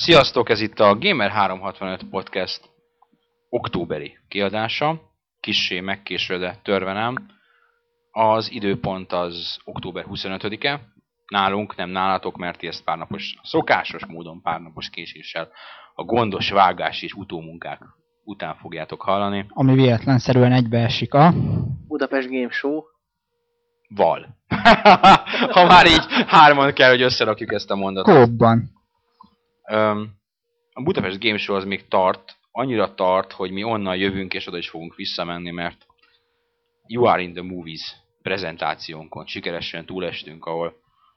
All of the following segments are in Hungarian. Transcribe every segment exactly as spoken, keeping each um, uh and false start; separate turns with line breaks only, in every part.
Sziasztok, ez itt a Gamer háromszázhatvanöt Podcast októberi kiadása. Kissé megkésve, törve nem. Az időpont az október huszonötödike. Nálunk, nem nálatok, mert ti ezt párnapos, szokásos módon párnapos késéssel a gondos vágás és utómunkák után fogjátok hallani.
Ami véletlenszerűen egybeesik a...
Budapest Game Show.
Val. Ha már így hárman kell, hogy összerakjuk ezt a mondatot.
Kóbban.
A Budapest Game Show az még tart, annyira tart, hogy mi onnan jövünk és oda is fogunk visszamenni, mert You Are in the Movies prezentációnkon sikeresen túlestünk, ahol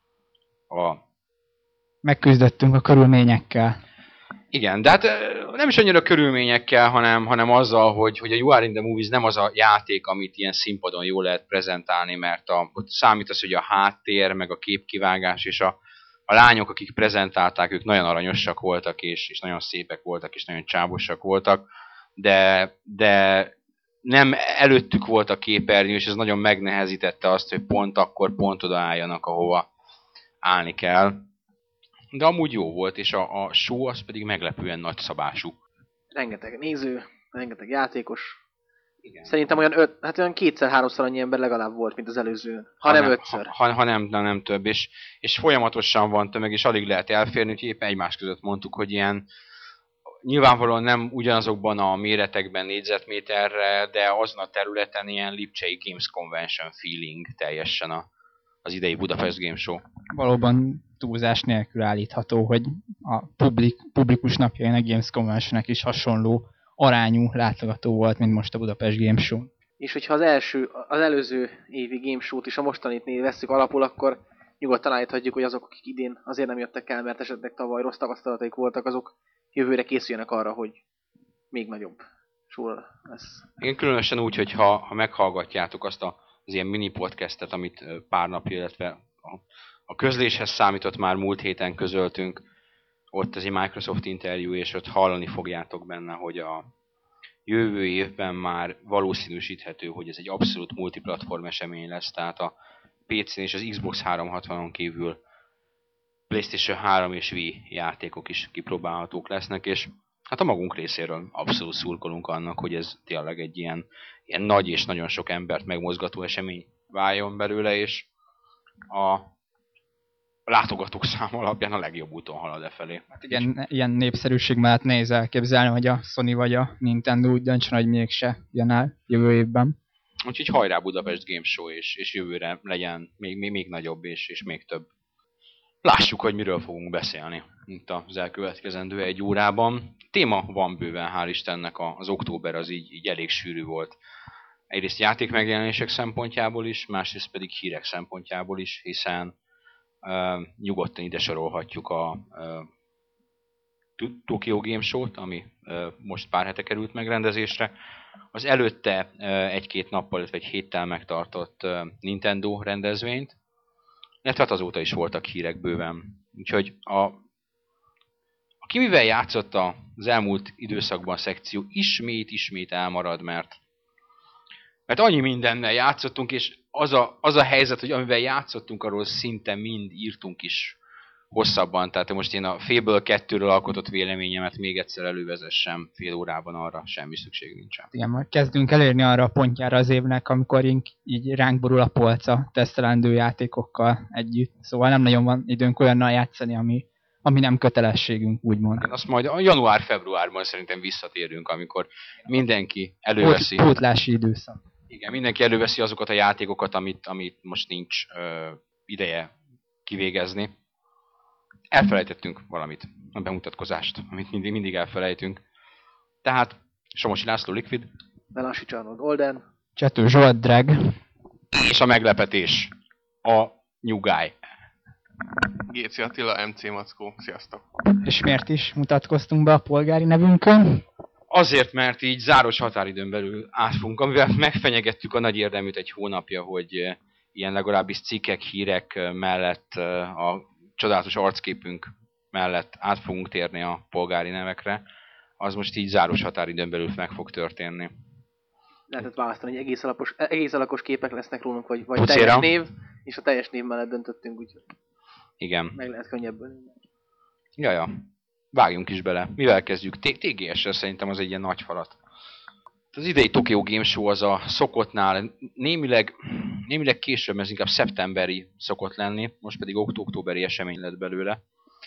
a...
megküzdöttünk a körülményekkel.
Igen, de hát nem is annyira körülményekkel, hanem, hanem azzal, hogy, hogy a You Are in the Movies nem az a játék, amit ilyen színpadon jól lehet prezentálni, mert a, ott számít az, hogy a háttér, meg a képkivágás és a A lányok, akik prezentálták, ők nagyon aranyosak voltak, és, és nagyon szépek voltak, és nagyon csábosak voltak, de, de nem előttük volt a képernyő, és ez nagyon megnehezítette azt, hogy pont akkor pont oda álljanak, ahova állni kell. De amúgy jó volt, és a, a show az pedig meglepően nagyszabású.
Rengeteg néző, rengeteg játékos.
Igen.
Szerintem olyan, öt, hát olyan kétszer-háromszor annyi ember legalább volt, mint az előző, ha, ha nem ötször.
Ha, ha, ha nem, nem, nem több, és, és folyamatosan van tömeg, és alig lehet elférni, úgyhogy éppen egymás között mondtuk, hogy ilyen nyilvánvalóan nem ugyanazokban a méretekben négyzetméterre, de azon a területen ilyen Lipcsei Games Convention feeling teljesen a, az idei Budapest Game Show.
Valóban túlzás nélkül állítható, hogy a publik, publikus napjain a Games Conventionnek is hasonló arányú látogató volt, mint most a Budapest Game Show.
És hogyha az első, az előző évi Game Show-t és a mostanit vesszük alapul, akkor nyugodtan állíthatjuk, hogy azok, akik idén azért nem jöttek el, mert esetleg tavaly rossz tapasztalataik voltak, azok jövőre készüljenek arra, hogy még nagyobb show lesz.
Igen, különösen úgy, hogy ha, ha meghallgatjátok azt a, az ilyen mini podcastet, amit pár napja, illetve a, a közléshez számított már múlt héten közöltünk, ott az egy Microsoft interjú, és ott hallani fogjátok benne, hogy a jövő évben már valószínűsíthető, hogy ez egy abszolút multiplatform esemény lesz, tehát a pé cén és az Xbox háromszázhatvanon kívül PlayStation három és Wii játékok is kipróbálhatók lesznek, és hát a magunk részéről abszolút szurkolunk annak, hogy ez tényleg egy ilyen, ilyen nagy és nagyon sok embert megmozgató esemény váljon belőle, és a a látogatók szám alapján a legjobb úton halad e felé.
Hát igen, ilyen népszerűség mellett nehéz elképzelni, hogy a Sony vagy a Nintendo úgy döntsön, hogy mégse jön el jövő évben.
Úgyhogy hajrá Budapest Game Show, és, és jövőre legyen még, még, még nagyobb és, és még több. Lássuk, hogy miről fogunk beszélni itt az elkövetkezendő egy órában. Téma van bőven, hál' Istennek, az október az így, így elég sűrű volt. Egyrészt játékmegjelenések szempontjából is, másrészt pedig hírek szempontjából is, hiszen Uh, nyugodtan ide sorolhatjuk a uh, Tokyo Game Show-t, ami uh, most pár hete került megrendezésre. Az előtte uh, egy-két nappal, illetve egy héttel megtartott uh, Nintendo rendezvényt, illetve hát azóta is voltak hírek bőven. Úgyhogy a, aki mivel játszott az elmúlt időszakban szekció, ismét-ismét elmarad, mert Mert annyi mindennel játszottunk, és az a, az a helyzet, hogy amivel játszottunk, arról szinte mind írtunk is hosszabban. Tehát most én a Fable kettőről alkotott véleményemet még egyszer elővezessem fél órában, arra semmi szükség nincsen.
Igen, majd kezdünk elérni arra a pontjára az évnek, amikor így ránk borul a polca tesztelendő játékokkal együtt. Szóval nem nagyon van időnk olyannal játszani, ami, ami nem kötelességünk, úgymond.
Azt majd a január-februárban szerintem visszatérünk, amikor mindenki előveszi...
Pót, pótlási időszak.
Igen, mindenki előveszi azokat a játékokat, amit, amit most nincs ö, ideje kivégezni. Elfelejtettünk valamit, a bemutatkozást, amit mindig, mindig elfelejtünk. Tehát Somosi László Liquid.
Velasi Csarnod Olden.
Csető Zsolt Drag.
És a meglepetés. A New Guy.
Géci Attila, em cé Mackó. Sziasztok!
És miért is mutatkoztunk be a polgári nevünkön?
Azért, mert így záros határidőn belül átfogunk, amivel megfenyegettük a nagy érdeműt egy hónapja, hogy ilyen legalábbis cikkek, hírek mellett, a csodálatos arcképünk mellett át fogunk térni a polgári nevekre. Az most így záros határidőn belül meg fog történni.
Lehetett választani, hogy egész alapos, egész alakos képek lesznek rólunk, vagy, vagy
Pucéra.
teljes név, és a teljes név mellett döntöttünk, úgyhogy
Igen.
meg lehet könnyebben.
Jaja. vágjunk is bele. Mivel kezdjük? té gé es-sel szerintem az egy ilyen nagy falat. Az idei Tokyo Game Show az a szokottnál némileg, némileg később, ez inkább szeptemberi szokott lenni, most pedig októberi esemény lett belőle.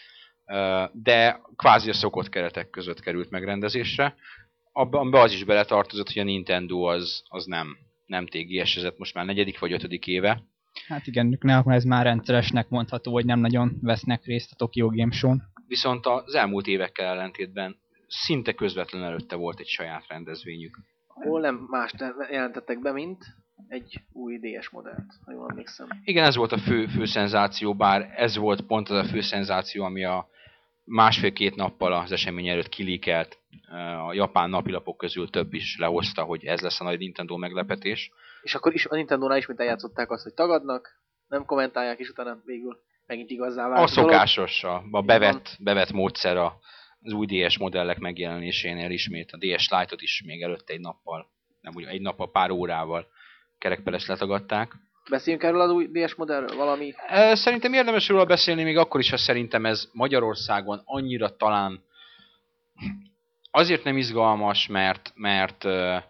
De kvázi a szokott keretek között került megrendezésre. Abban az is beletartozott, hogy a Nintendo az, az nem, nem té gé es-ezett most már negyedik vagy ötödik éve.
Hát igen, akkor ez már rendszeresnek mondható, hogy nem nagyon vesznek részt a Tokyo Game Show-n.
Viszont az elmúlt évekkel ellentétben szinte közvetlenül előtte volt egy saját rendezvényük.
Hol nem mást jelentettek be, mint egy új dé es modellt, ha jól emlékszem.
Igen, ez volt a fő, fő szenzáció, bár ez volt pont az a fő szenzáció, ami a másfél-két nappal az esemény előtt kilíkelt. A japán napilapok közül több is lehozta, hogy ez lesz a nagy Nintendo meglepetés.
És akkor is a Nintendo-nál ismét eljátszották azt, hogy tagadnak, nem kommentálják, és utána végül megint igazzá vált.
A szokásos, a, a bevett, bevett módszer az új dé es modellek megjelenésénél ismét. A dé es Lite-ot is még előtte egy nappal, nem úgy, egy nappal, pár órával kerekpeles letagadták.
Beszéljünk erről az új dé es modellről valami?
Szerintem érdemes róla beszélni, még akkor is, ha szerintem ez Magyarországon annyira talán azért nem izgalmas, mert, mert,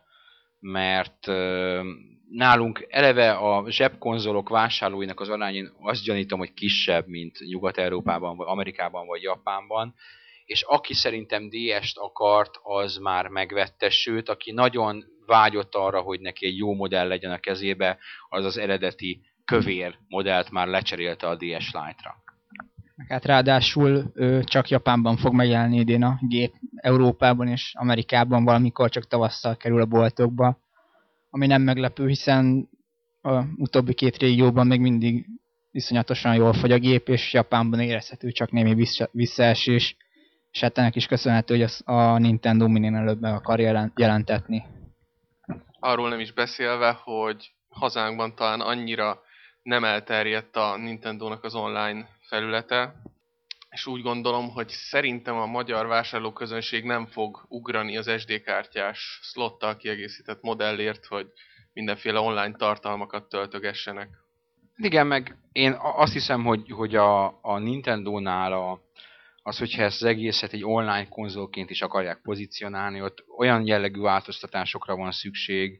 mert nálunk eleve a zsebkonzolok vásárlóinak az arányén azt gyanítom, hogy kisebb, mint Nyugat-Európában, vagy Amerikában, vagy Japánban. És aki szerintem dé est akart, az már megvette, sőt, aki nagyon vágyott arra, hogy neki egy jó modell legyen a kezébe, az az eredeti kövér modellt már lecserélte a dé es Lite-ra.
Hát ráadásul ő csak Japánban fog megjelenni idén a gép, Európában és Amerikában valamikor csak tavasszal kerül a boltokba, ami nem meglepő, hiszen a utóbbi két régióban még mindig iszonyatosan jól fogy a gép, és Japánban érezhető csak némi vissza, visszaesés, és hát ennek is köszönhető, hogy a Nintendo minél előbb meg akar jelentetni.
Arról nem is beszélve, hogy hazánkban talán annyira nem elterjedt a Nintendónak az online felülete, és úgy gondolom, hogy szerintem a magyar vásárlóközönség nem fog ugrani az es dé kártyás slottal kiegészített modellért, hogy mindenféle online tartalmakat töltögessenek.
Igen, meg én azt hiszem, hogy, hogy a, a Nintendónál a, az, hogyha ezt az egészet egy online konzolként is akarják pozícionálni, ott olyan jellegű változtatásokra van szükség,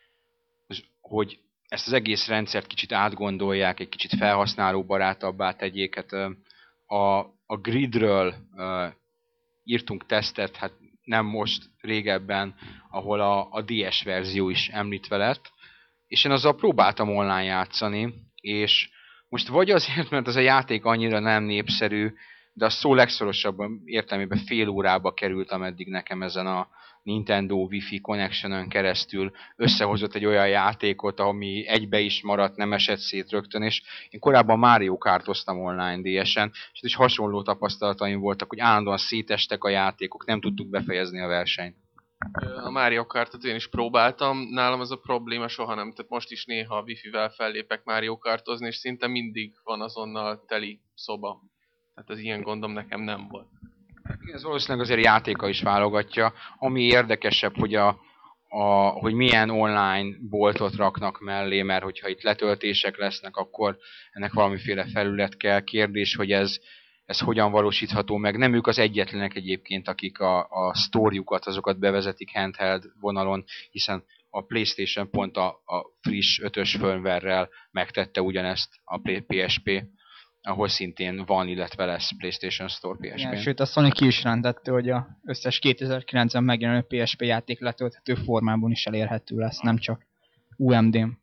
hogy ezt az egész rendszert kicsit átgondolják, egy kicsit felhasználóbarátabbá tegyék. Hát a, a Gridről uh, írtunk tesztet, hát nem most, régebben, ahol a, a dé es verzió is említve lett, és én azzal próbáltam online játszani, és most vagy azért, mert ez a játék annyira nem népszerű, de a szó legszorosabban értelmében fél órába került, ameddig nekem ezen a Nintendo Wi-Fi Connection-ön keresztül összehozott egy olyan játékot, ami egybe is maradt, nem esett szét rögtön, és én korábban Mario Kartoztam online dé esen, és is hasonló tapasztalataim voltak, hogy állandóan szétestek a játékok, nem tudtuk befejezni a versenyt.
A Mario Kartot én is próbáltam, nálam ez a probléma soha nem, tehát most is néha a Wi-Fi-vel fellépek Mario Kartozni, és szinte mindig van azonnal teli szoba. Tehát az ilyen gondom nekem nem volt.
Ez valószínűleg azért játéka is válogatja. Ami érdekesebb, hogy, a, a, hogy milyen online boltot raknak mellé, mert hogyha itt letöltések lesznek, akkor ennek valamiféle felület kell. Kérdés, hogy ez, ez hogyan valósítható meg. Nem ők az egyetlenek egyébként, akik a, a sztóriukat, azokat bevezetik handheld vonalon, hiszen a PlayStation pont a, a friss ötös firmware-rel megtette ugyanezt a pé es pé, ahol szintén van, illetve lesz PlayStation Store pé es pé.
Igen, sőt, a Sony ki is rendette, hogy az összes kétezer-kilencben megjelenő pé es pé játék letölthető formában is elérhető lesz, nem csak u em dén.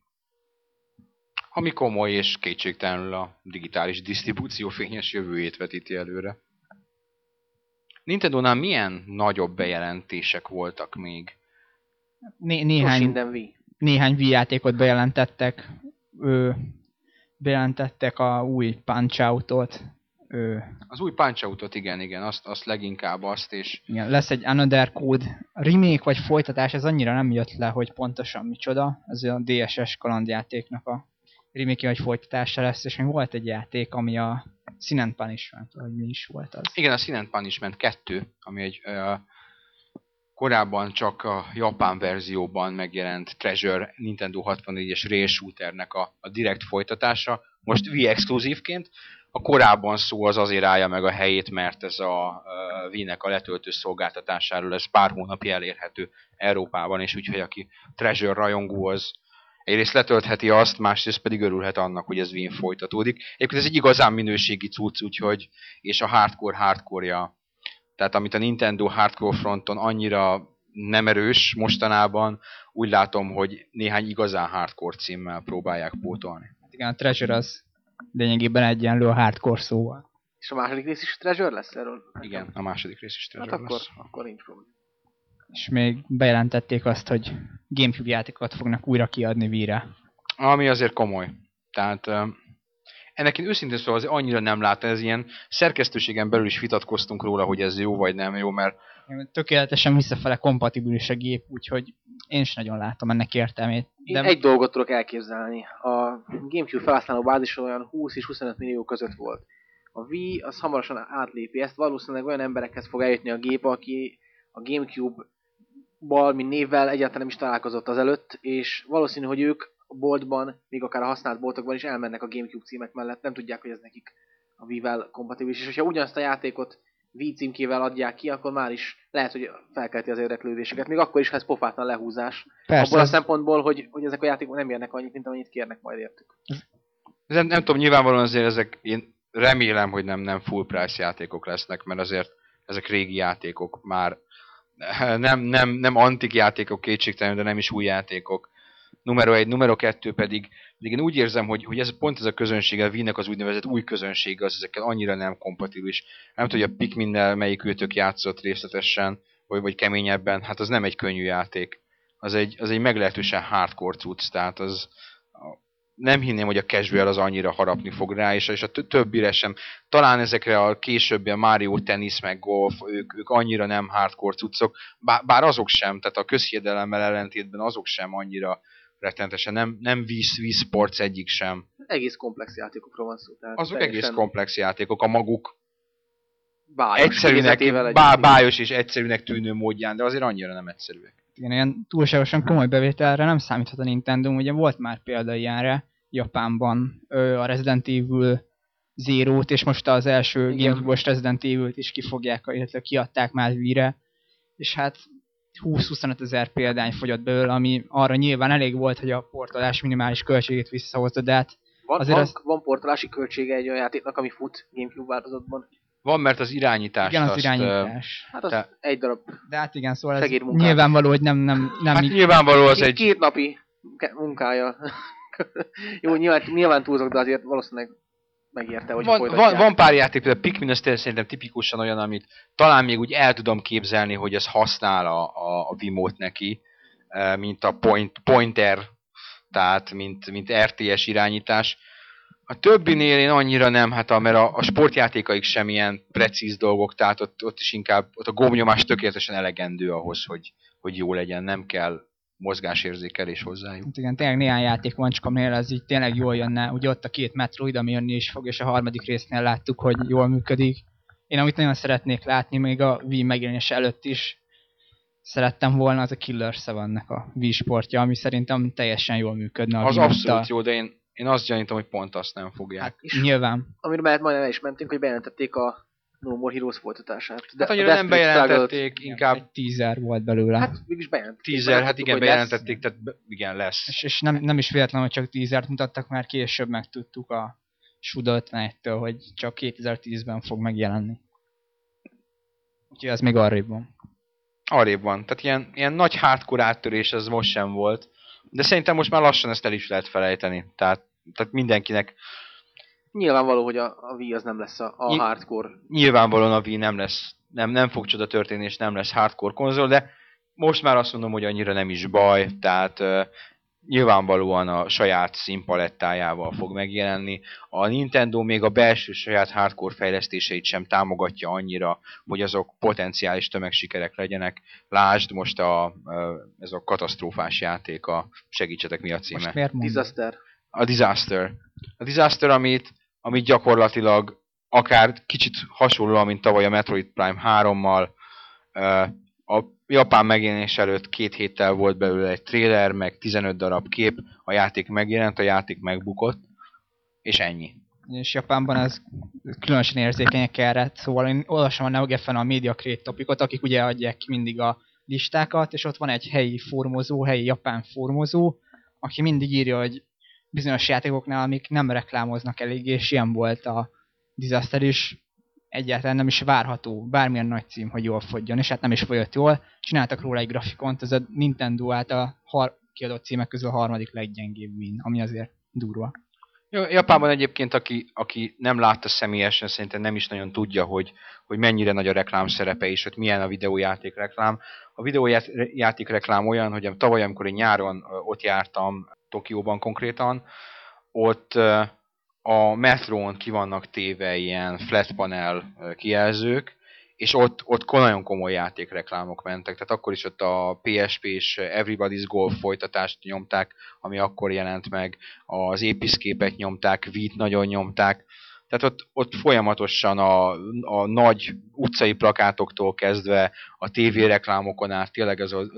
Ami komoly és kétségtelenül a digitális disztribúció fényes jövőjét vetíti előre. Nintendónál milyen nagyobb bejelentések voltak még?
Né- néhány, néhány Wii játékot bejelentettek. Ő, bejelentettek a új Punch-Out-ot. Ő,
az új Punch-Out-ot, igen, igen, azt, azt leginkább azt, és...
Igen, lesz egy Another Code remake vagy folytatás, ez annyira nem jött le, hogy pontosan micsoda. Ez a dé es es kalandjátéknak a remake vagy folytatása lesz, és még volt egy játék, ami a Sin and Punishment, vagy mi is volt az.
Igen, a Sin and Punishment kettő, ami egy uh, korábban csak a japán verzióban megjelent Treasure Nintendo hatvannégyes rail shooternek a, a direkt folytatása, most Wii exkluzívként, a korábban szó az azért állja meg a helyét, mert ez a uh, Wii-nek a letöltő szolgáltatásáról ez pár hónapja elérhető Európában, és úgyhogy aki Treasure rajongó az egyrészt letöltheti azt, másrészt pedig örülhet annak, hogy ez Wii-n folytatódik. Egyébként ez egy igazán minőségi cucc, úgyhogy, és a hardcore hardcore-ja, tehát amit a Nintendo hardcore fronton annyira nem erős mostanában, úgy látom, hogy néhány igazán hardcore címmel próbálják pótolni.
Hát igen, a Treasure az lényegében egyenlő a hardcore szóval.
És a második rész is Treasure lesz erről?
Igen, a második rész is Treasure
hát akkor,
lesz.
akkor nincs probléma.
És még bejelentették azt, hogy Gamecube játékokat fognak újra kiadni Wii-re.
Ami azért komoly. Tehát uh, ennek én őszintén szóval azért annyira nem látom, ez ilyen szerkesztőségen belül is vitatkoztunk róla, hogy ez jó vagy nem jó, mert
tökéletesen visszafele kompatibilis a gép, úgyhogy én is nagyon látom ennek értelmét.
De... Én egy dolgot tudok elképzelni. A Gamecube felhasználó bázis olyan húsz és huszonöt millió között volt. A Wii az hamarosan átlépi ezt, valószínűleg olyan emberekhez fog eljutni a gép, aki a Gamecube-bal, mint névvel egyáltalán nem is találkozott azelőtt, és valószínű, hogy ők a boltban, még akár a használt boltokban is elmennek a Gamecube címek mellett, nem tudják, hogy ez nekik a Wii-vel kompatibilis, és hogyha ugyanazt a játékot Wii címkével adják ki, akkor már is lehet, hogy felkelti az érdeklődéseket. Még akkor is, ha ez pofátlan lehúzás. Persze, abból a szempontból, hogy, hogy ezek a játékok nem érnek annyit, mint amennyit kérnek majd értük.
Nem, nem tudom, nyilvánvalóan azért ezek, én remélem, hogy nem, nem full price játékok lesznek, mert azért ezek régi játékok már nem, nem, nem antik játékok kétségtelenül, de nem is új játékok. Numero egy, numero kettő pedig, pedig én úgy érzem, hogy, hogy ez pont ez a közönség, a Wii-nek az úgynevezett új közönség, az ezekkel annyira nem kompatibilis. Nem tudom, hogy a Pikminnel melyik őtök játszott részletesen, vagy, vagy keményebben, hát az nem egy könnyű játék. Az egy, az egy meglehetősen hardcore cucc, tehát az nem hinném, hogy a casual az annyira harapni fog rá, és, és a többire sem. Talán ezekre a későbbi a Mario Tennis meg Golf, ők, ők annyira nem hardcore cuccok, bár, bár azok sem, tehát a közhiedelemmel ellentétben azok sem annyira rettentesen, nem, nem Wii, Wii Sports egyik sem.
Egész komplex játékokról van szó. Tehát
azok egész komplex játékok, a maguk
bájos
egyszerűnek, bá, bájos és egyszerűnek tűnő módján, de azért annyira nem egyszerűek.
Igen, ilyen túlságosan komoly bevételre nem számíthat a Nintendo, ugye volt már példa ilyenre Japánban, a Resident Evil Zero-t, és most az első Gamecube-os Resident Evil-t is kifogják, illetve kiadták már Wii-re, és hát húsz-huszonöt ezer példány fogyott belőle, ami arra nyilván elég volt, hogy a portolás minimális költségét visszahozta, de hát
van, azért van, az... van portolási költsége egy olyan játéknak, ami fut Gamecube változatban?
Van, mert az irányítás.
Igen, az irányítás.
Hát az te... egy darab.
De hát igen, szóval ez nyilvánvaló, hogy nem... nem, nem
hát
így...
nyilvánvaló az
két,
egy...
Két napi munkája. Jó, nyilván, nyilván túlzok, de azért valószínűleg megérte, hogy
van, van, van pár játék, például Pikmin az szerintem tipikusan olyan, amit talán még úgy el tudom képzelni, hogy ez használ a, a, a Wiimote neki, mint a point, pointer, tehát mint, mint er té es irányítás. A többinél én annyira nem, hát a, mert a, a sportjátékaik sem ilyen precíz dolgok, tehát ott, ott is inkább ott a gombnyomás tökéletesen elegendő ahhoz, hogy, hogy jó legyen, nem kell mozgásérzékelés hozzájuk.
Hát igen, tényleg néhány játék van, csak aminél ez így tényleg jól jönne. Ugye ott a két Metroid, ami jönni is fog, és a harmadik résznél láttuk, hogy jól működik. Én amit nagyon szeretnék látni, még a Wii megjelenése előtt is szerettem volna, az a Killer Seven-nek a Wii sportja, ami szerintem teljesen jól működne. A
az abszolút jó, de én, én azt gyanítom, hogy pont azt nem fogják. Hát,
és nyilván.
Amiről mellett majdnem el is mentünk, hogy bejelentették a No More Heroes folytatását.
De hát annyira nem bejelentették, inkább...
Egy teaser volt belőle.
Hát mégis bejelentették.
Teaser, hát igen, bejelentették, tehát igen, lesz.
És, és nem, nem is véletlen, hogy csak teasert mutattak, mert később megtudtuk a Suda ötvenettől, hogy csak kétezer-tízben fog megjelenni. Úgyhogy ez még arrébb van.
Arrébb van. Tehát ilyen, ilyen nagy hardcore áttörés ez most sem volt. De szerintem most már lassan ezt el is lehet felejteni. Tehát, tehát mindenkinek...
Nyilvánvaló, hogy a, a Wii az nem lesz a, a hardcore.
Nyilvánvalóan a Wii nem lesz, nem, nem fog csoda történni, és nem lesz hardcore konzol, de most már azt mondom, hogy annyira nem is baj, tehát uh, nyilvánvalóan a saját színpalettájával fog megjelenni. A Nintendo még a belső saját hardcore fejlesztéseit sem támogatja annyira, hogy azok potenciális tömegsikerek legyenek. Lásd most a, uh, ez a katasztrófás játék, a segítsetek mi a címe.
Disaster.
A Disaster. A Disaster, amit amit gyakorlatilag akár kicsit hasonlóan, mint tavaly a Metroid Prime hárommal, a japán megjelenés előtt két héttel volt belőle egy trailer, meg tizenöt darab kép, a játék megjelent, a játék megbukott, és ennyi.
és Japánban az különösen érzékenyek erre. Szóval én olvasom a NeoGeffen a Media Create topikot, akik ugye adják ki mindig a listákat, és ott van egy helyi formozó, helyi japán formozó, aki mindig írja, hogy bizonyos játékoknál, amik nem reklámoznak elég, és ilyen volt a Disaster is, egyáltalán nem is várható bármilyen nagy cím, hogy jól fogjon, és hát nem is folyott jól. Csináltak róla egy grafikont, ez a Nintendo által har- kiadott címek közül a harmadik leggyengébb win, ami azért durva.
Japánban egyébként, aki, aki nem látta személyesen, szerintem nem is nagyon tudja, hogy, hogy mennyire nagy a reklám szerepe, és hogy milyen a videójáték reklám. A videójáték reklám olyan, hogy tavaly, amikor én nyáron ott jártam, Tokióban konkrétan, ott a metrón ki vannak téve ilyen flat panel kijelzők, és ott, ott nagyon komoly játékreklámok mentek, tehát akkor is ott a pé es pé és Everybody's Golf folytatást nyomták, ami akkor jelent meg, az épiszképet nyomták, Vít nagyon nyomták, tehát ott, ott folyamatosan a, a nagy utcai plakátoktól kezdve a tévéreklámokon át, tényleg az, az,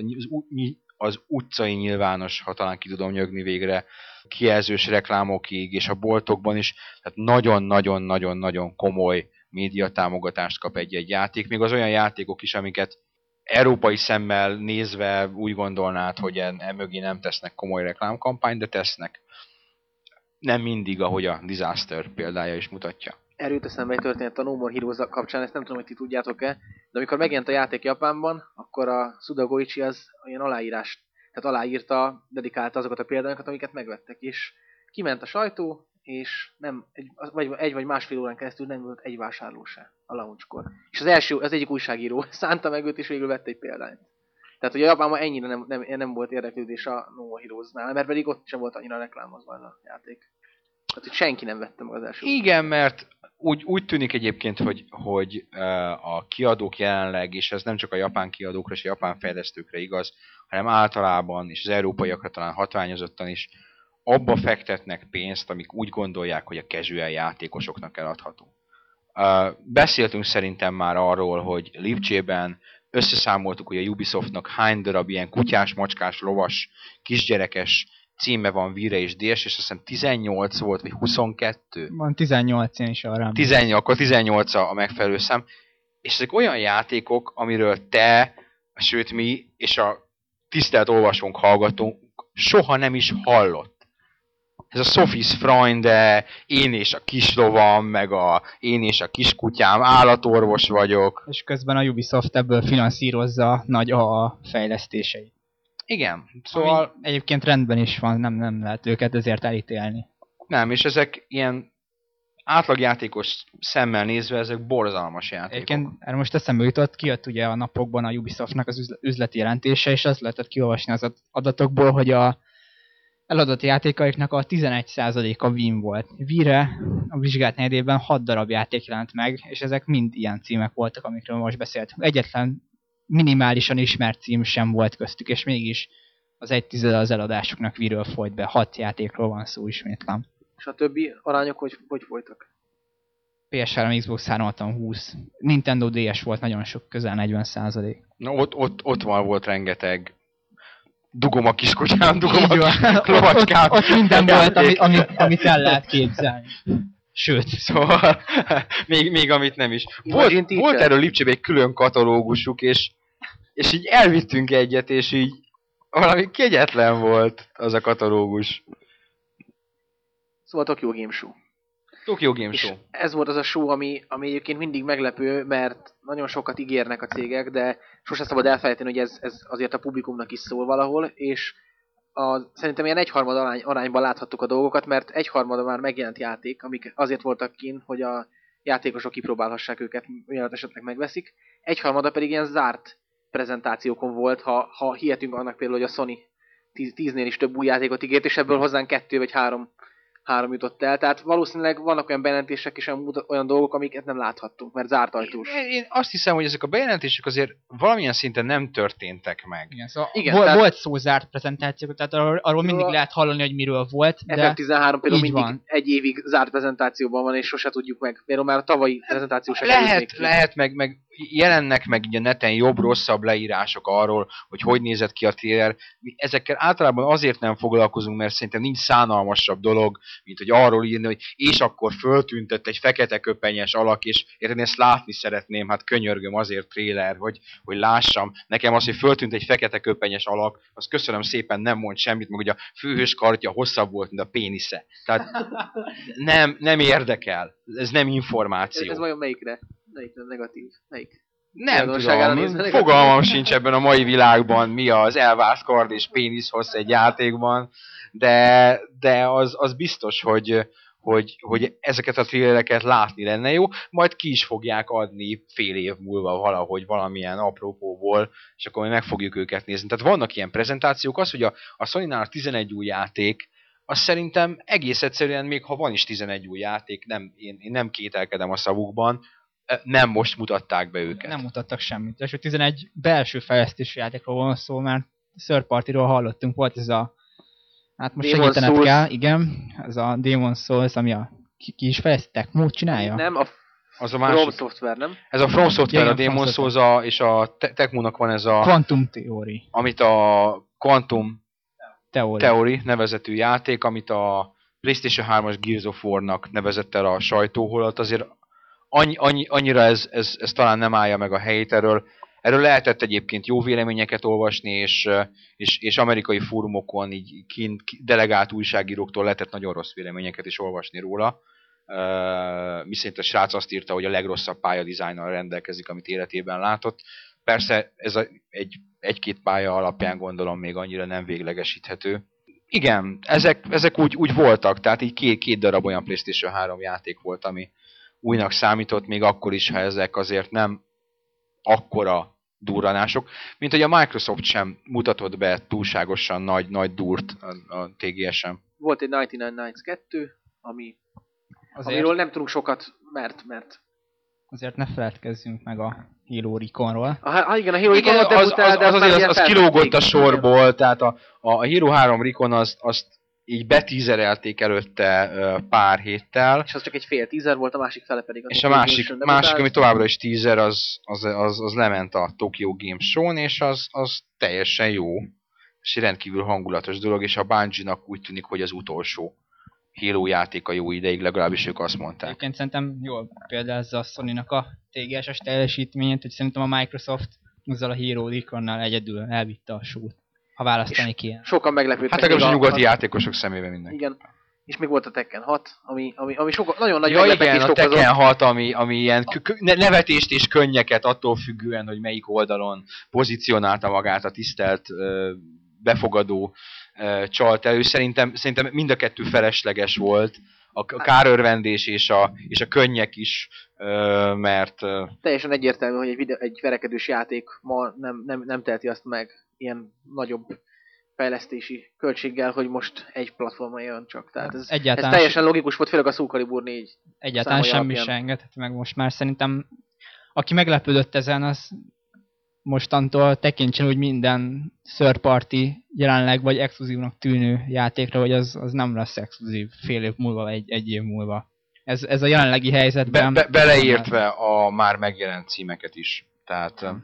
az utcai nyilvános, ha talán ki tudom nyögni végre, kijelzős reklámokig, és a boltokban is, tehát nagyon-nagyon-nagyon-nagyon komoly média támogatást kap egy-egy játék, még az olyan játékok is, amiket európai szemmel nézve úgy gondolnád, hogy emögé nem tesznek komoly reklámkampányt, de tesznek. Nem mindig, ahogy a Disaster példája is mutatja.
Erőt eszembe egy történet a No More Heroes kapcsán, ezt nem tudom, hogy ti tudjátok-e, de amikor megjelent a játék Japánban, akkor a Suda Goichi az olyan aláírást, tehát aláírta, dedikálta azokat a példányokat, amiket megvettek, és kiment a sajtó, és nem, egy vagy, egy vagy másfél órán keresztül nem volt egy vásárló se a launchkor. És az első, az egyik újságíró szánta meg őt, és végül vette egy példányt. Tehát, hogy a Japánban ennyire nem, nem, nem volt érdeklődés a No More Heroes-nál, mert pedig ott sem volt annyira reklámozva a játék. Tehát, hogy senki nem vette meg az első.
Igen, mert úgy, úgy tűnik egyébként, hogy, hogy a kiadók jelenleg, és ez nem csak a japán kiadókra és a japán fejlesztőkre igaz, hanem általában, és az európaiakra talán hatványozottan is, abba fektetnek pénzt, amik úgy gondolják, hogy a casual játékosoknak eladható. Beszéltünk szerintem már arról, hogy Lipcsében összeszámoltuk, hogy a Ubisoftnak hány darab ilyen kutyás, macskás, lovas, kisgyerekes címe van Wii-re és dé es, és azt hiszem tizennyolc volt, vagy huszonkettő?
Van tizennyolc, én is arra.
tizennyolc, akkor tizennyolc a megfelelő szám. És ezek olyan játékok, amiről te, sőt mi, és a tisztelt olvasónk, hallgatónk soha nem is hallott. Ez a Sophie's Freunde, én és a kislovam, meg a én és a kiskutyám, állatorvos vagyok.
És közben a Ubisoft ebből finanszírozza nagy a fejlesztéseit.
Igen, szóval...
Ami egyébként rendben is van, nem, nem lehet őket ezért elítélni.
Nem, és ezek ilyen átlagjátékos szemmel nézve, ezek borzalmas játékok.
Egyébként erre most eszembe jutott, kijött ugye a napokban a Ubisoftnak az üzleti jelentése, és azt lehetett kiolvasni az adatokból, hogy a eladott játékaiknak a tizenegy százaléka win volt. Wii-re a vizsgált negyedében hat darab játék jelent meg, és ezek mind ilyen címek voltak, amikről most beszéltünk. Egyetlen minimálisan ismert cím sem volt köztük, és mégis az egy tized az eladásoknak Wii-ről folyt be. Hat játékról van szó, ismétlem.
És a többi arányok hogy, hogy folytak?
pé es három, Xbox háromszázhatvan húsz. Nintendo dé es volt nagyon sok, közel negyven százalék.
Na ott, ott, ott van volt rengeteg. Dugom a kiskutyám, dugom a lovacskám.
Ott, ott, ott minden volt, amit, amit, amit el lehet képzelni. Sőt.
Szóval, még, még amit nem is. Volt, volt erről Lipcsében egy külön katalógusuk, és, és így elvittünk egyet, és így valami kegyetlen volt az a katalógus.
Szóval Tokyo Game Show.
Tokyo Game
és
Show.
Ez volt az a show, ami, ami egyébként mindig meglepő, mert nagyon sokat ígérnek a cégek, de sosem szabad elfelejteni, hogy ez, ez azért a publikumnak is szól valahol, és a, szerintem ilyen egyharmad arány, arányban láthattuk a dolgokat, mert egyharmada már megjelent játék, amik azért voltak kint, hogy a játékosok kipróbálhassák őket, mielőtt esetleg megveszik. Egyharmada pedig ilyen zárt prezentációkon volt, ha, ha hihetünk annak például, hogy a Sony tíz, tíznél is több új játékot ígért, és ebből hozzánk kettő vagy három három jutott el, tehát valószínűleg vannak olyan bejelentések és olyan dolgok, amiket nem láthattunk, mert zárt ajtós.
Én, én azt hiszem, hogy ezek a bejelentések azért valamilyen szinten nem történtek meg.
Igen, szóval
Igen,
volt,
tehát...
volt szó zárt prezentációk, tehát arról, arról mindig lehet hallani, hogy miről volt, de
ef ef tizenhárom például mindig
van.
egy évig zárt prezentációban van, és sose tudjuk meg. Például már a tavalyi prezentáció sem
Lehet, lehet, meg, meg jelennek meg így a neten jobb-rosszabb leírások arról, hogy hogy nézett ki a trailer. Mi ezekkel általában azért nem foglalkozunk, mert szerintem nincs szánalmasabb dolog, mint hogy arról írni, hogy és akkor föltűntött egy fekete köpenyes alak, és én ezt látni szeretném, hát könyörgöm azért trailer, hogy, hogy lássam. Nekem az, hogy föltűnt egy fekete köpenyes alak, az köszönöm szépen, nem mond semmit, meg hogy a főhős kartja hosszabb volt, mint a pénisze. Tehát nem, nem érdekel. Ez nem információ.
Ez, ez vajon melyikre? Melyikre negatív? Melyik?
Nem tudom, fogalmam sincs ebben a mai világban, mi az elvált kard és pénisz hossz egy játékban, de, de az, az biztos, hogy, hogy, hogy ezeket a thrillereket látni lenne jó, majd ki is fogják adni fél év múlva valahogy valamilyen apropóból, és akkor meg fogjuk őket nézni. Tehát vannak ilyen prezentációk, az, hogy a, a Sony-nál tizenegy új játék, az szerintem egész egyszerűen, még ha van is tizenegy új játék, nem, én, én nem kételkedem a szavukban, nem most mutatták be őket.
Nem mutattak semmit. És tizenegy belső fejlesztési játékról van szó, mert third party-ról hallottunk, volt ez a... Hát most
Demon's
segítened
Souls.
kell, igen, ez a Demon's Souls, ami a... Ki, ki is fejlesztettek? Mód csinálja?
Nem, a
Az a
From
másik.
Software, nem?
Ez a From Software,
Ja,
a
igen, From
Demon's Souls a- és a Te- Tecmo-nak van ez a...
Quantum Theory.
Amit a Quantum
Theory.
Theory nevezetű játék, amit a PlayStation hármas Gears of War-nak nevezett el a sajtó, holott azért annyi, annyi, annyira ez, ez, ez talán nem állja meg a helyét erről. Erről lehetett egyébként jó véleményeket olvasni, és, és, és amerikai fórumokon, így kint delegált újságíróktól lehetett nagyon rossz véleményeket is olvasni róla. Uh, miszerint a srác azt írta, hogy a legrosszabb pályadizájnnal rendelkezik, amit életében látott. Persze ez a, egy, egy-két pálya alapján gondolom még annyira nem véglegesíthető. Igen, ezek, ezek úgy, úgy voltak, tehát így két, két darab olyan PlayStation három játék volt, ami újnak számított, még akkor is, ha ezek azért nem akkora durranások, mint hogy a Microsoft sem mutatott be túlságosan nagy, nagy durt a, a té gé es-en.
Volt egy kilencvenkilenc Nights kettő, ami,
Azért,
amiről nem tudunk sokat, mert... mert
azért ne feledkezzünk meg a Halo Reconról.
ah, igen, a Halo
Igen,
Recon
az, az, az, az, azért az, az kilógott a
sorból.
sorból, tehát a, a Halo három Recon azt, azt így betízerelték előtte ö, pár héttel,
És az csak egy fél teaser volt, a másik fele pedig...
és a másik, másik ami továbbra is teaser, az, az, az, az lement a Tokyo Game Show-n, és az, az teljesen jó, és egy rendkívül hangulatos dolog, és a Bungie-nak úgy tűnik, hogy az utolsó Halo játék a jó ideig, legalábbis ők azt mondták.
Egyébként szerintem jól példázza a Sony-nak a té gé es-es teljesítményét, hogy szerintem a Microsoft azzal a Hero Reconnal egyedül elvitte a sót, ha választani kéne.
Sokan meglepődtek.
Hát legalábbis a
még
nyugati
a,
játékosok szemében mindenki.
Igen. És még volt a Tekken hat, ami, ami, ami soka, nagyon nagy
Ja igen,
meglepetést
a
okozott.
Tekken hat, ami, ami ilyen kö- kö- ne- nevetést és könnyeket attól függően, hogy melyik oldalon pozícionálta magát a tisztelt ö, befogadó ö, csalt elő. Szerintem, szerintem mind a kettő felesleges volt. A, a kárörvendés és a, és a könnyek is, ö, mert... Ö,
Teljesen egyértelmű, hogy egy, videó, egy verekedős játék ma nem, nem, nem teheti azt meg ilyen nagyobb fejlesztési költséggel, hogy most egy platformon jön csak. Tehát ez, ez
Egyáltalán
teljesen logikus volt, főleg a Soul Calibur négy.
Egyáltalán
számai
semmi
alapján.
se engedhet meg most már. Szerintem, aki meglepődött ezen, az mostantól tekintsen úgy minden third party jelenleg vagy exkluzívnak tűnő játékra, hogy az, az nem lesz exkluzív fél év múlva, vagy egy, egy év múlva. Ez, ez a jelenlegi
be,
helyzetben...
be, beleértve a már megjelent címeket is. Tehát um,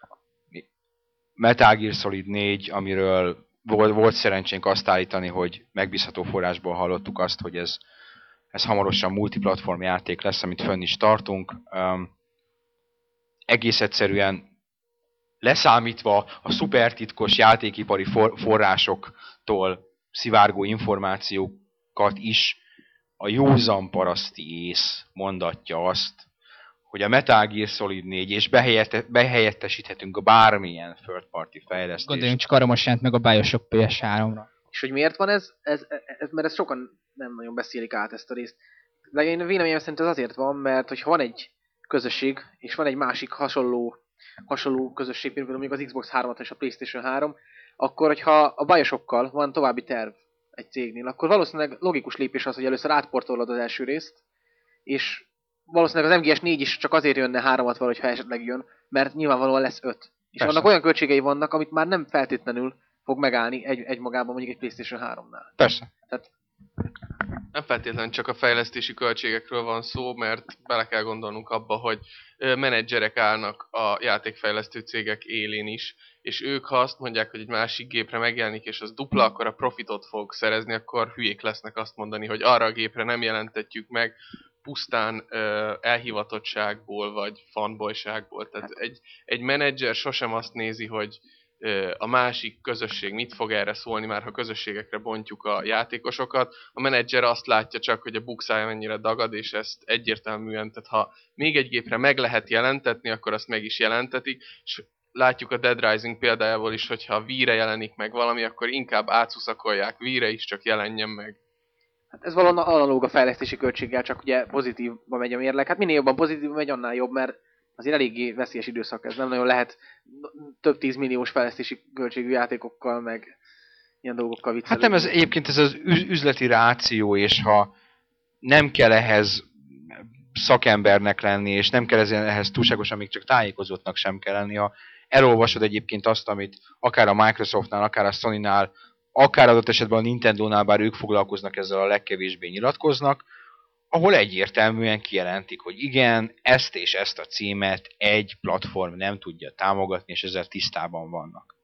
Metal Gear Solid négy, amiről volt, volt szerencsénk azt állítani, hogy megbízható forrásból hallottuk azt, hogy ez, ez hamarosan multiplatform játék lesz, amit fönn is tartunk. Um, egész egyszerűen leszámítva a szupertitkos játékipari for, forrásoktól szivárgó információkat is, a józan paraszti ész mondatja azt, hogy a Metal Gear Solid négy, és behelyette, behelyettesíthetünk a bármilyen third party fejlesztést.
Gondoljunk csak arra most jelent meg a Bioshock pé es háromra.
És hogy miért van ez? ez, ez mert ezt sokan nem nagyon beszélik át ezt a részt. De én véleményem szerint ez azért van, mert hogyha van egy közösség, és van egy másik hasonló, hasonló közösség, például mondjuk az Xbox három és a PlayStation három, akkor hogyha a Bioshockkal van további terv egy cégnél, akkor valószínűleg logikus lépés az, hogy először átportolod az első részt, és valószínűleg az em gé es négy is csak azért jönne háromat valahogy, ha esetleg jön, mert nyilvánvalóan lesz öt. És
Persze.
annak olyan költségei vannak, amit már nem feltétlenül fog megállni egy, egymagában mondjuk egy PlayStation háromnál.
Persze.
Tehát
Nem feltétlenül csak a fejlesztési költségekről van szó, mert bele kell gondolnunk abba, hogy menedzserek állnak a játékfejlesztő cégek élén is, és ők, ha azt mondják, hogy egy másik gépre megjelenik, és az dupla, akkor a profitot fog szerezni, akkor hülyék lesznek azt mondani, hogy arra a gépre nem jelentetjük meg pusztán ö, elhivatottságból, vagy fanboyságból. Tehát egy, egy menedzser sosem azt nézi, hogy ö, a másik közösség mit fog erre szólni, már ha közösségekre bontjuk a játékosokat. A menedzser azt látja csak, hogy a bukszája mennyire dagad, és ezt egyértelműen, tehát ha még egy gépre meg lehet jelentetni, akkor azt meg is jelentetik, és látjuk a Dead Rising példájából is, hogyha a Wii-re jelenik meg valami, akkor inkább átszuszakolják Wii-re is, csak jelenjen meg.
Hát ez valóban analóg a fejlesztési költséggel, csak ugye pozitívba megy a mérleg. Hát minél jobban pozitívba megy, annál jobb, mert azért eléggé veszélyes időszak ez. Nem nagyon lehet több tízmilliós fejlesztési költségű játékokkal, meg ilyen dolgokkal viccelődni.
Hát nem, ez egyébként ez az üzleti ráció, és ha nem kell ehhez szakembernek lenni, és nem kell ehhez túlságosan még csak tájékozottnak sem kell lenni, ha elolvasod egyébként azt, amit akár a Microsoftnál, akár a Sonynál, akár adott esetben a Nintendónál, bár ők foglalkoznak ezzel, a legkevésbé nyilatkoznak, ahol egyértelműen kijelentik, hogy igen, ezt és ezt a címet egy platform nem tudja támogatni, és ezzel tisztában vannak.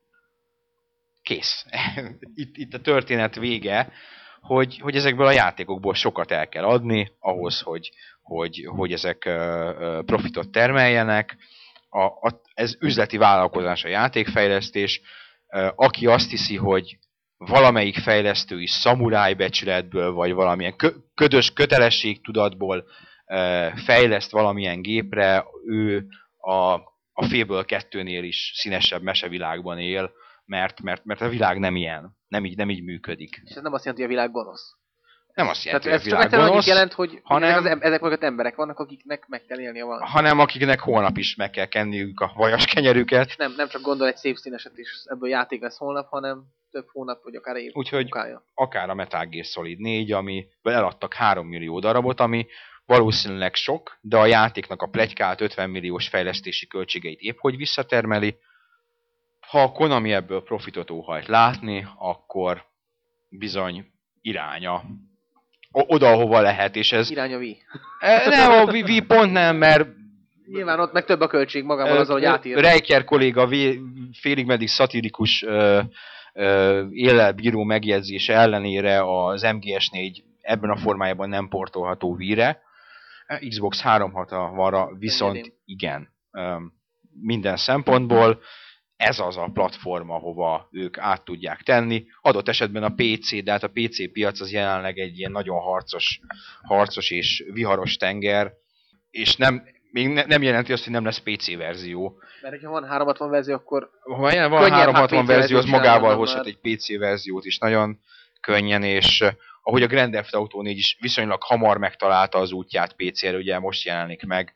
Kész. Itt, itt a történet vége, hogy, hogy ezekből a játékokból sokat el kell adni, ahhoz, hogy, hogy, hogy ezek profitot termeljenek. A, a, ez üzleti vállalkozás a játékfejlesztés. Aki azt hiszi, hogy valamelyik fejlesztői szamuráj becsületből, vagy valamilyen kö, ködös kötelességtudatból fejleszt valamilyen gépre, ő a, a Fable kettőnél is színesebb mesevilágban él, mert, mert, mert a világ nem ilyen, nem így, nem így működik.
És ez nem azt jelenti, hogy a világ gonosz.
Nem azt jelenti,
Tehát
hogy a világ
gonosz,
gonosz,
jelent, hogy
hanem,
az, ezek mögött emberek vannak, akiknek meg kell élni a valamit.
Hanem akiknek holnap is meg kell kenniük a vajas kenyerüket.
Nem, nem csak gondol egy szép színeset is, ebből játék lesz holnap, hanem több hónap, vagy akár év
Úgyhogy
munkája.
Akár a Metal Gear Solid négy, amiből eladtak három millió darabot, ami valószínűleg sok, de a játéknak a pletykált ötven milliós fejlesztési költségeit épp hogy visszatermeli. Ha a Konami ebből profitot óhajt látni, akkor bizony iránya oda, ahova lehet, és ez...
Irány a Wii.
Nem, a Wii pont nem, mert...
Nyilván ott meg több a költség magával azzal, hogy átír.
Reiker kolléga félig meddig szatirikus éllel bíró megjegyzése ellenére az em gé es négy ebben a formájában nem portolható Wii-re. Xbox háromszázhatvanra viszont igen, minden szempontból ez az a platform, ahova ők át tudják tenni. Adott esetben a pé cé, de hát a pé cé piac az jelenleg egy ilyen nagyon harcos, harcos és viharos tenger, és nem, még ne, nem jelenti azt, hogy nem lesz pé cé verzió.
Mert hogyha van háromszázhatvan verzió, akkor...
Ha van háromszázhatvan verzió, az magával hozhat egy pé cé verziót is nagyon könnyen, és ahogy a Grand Theft Auto négy is viszonylag hamar megtalálta az útját pé cére, ugye most jelenik meg.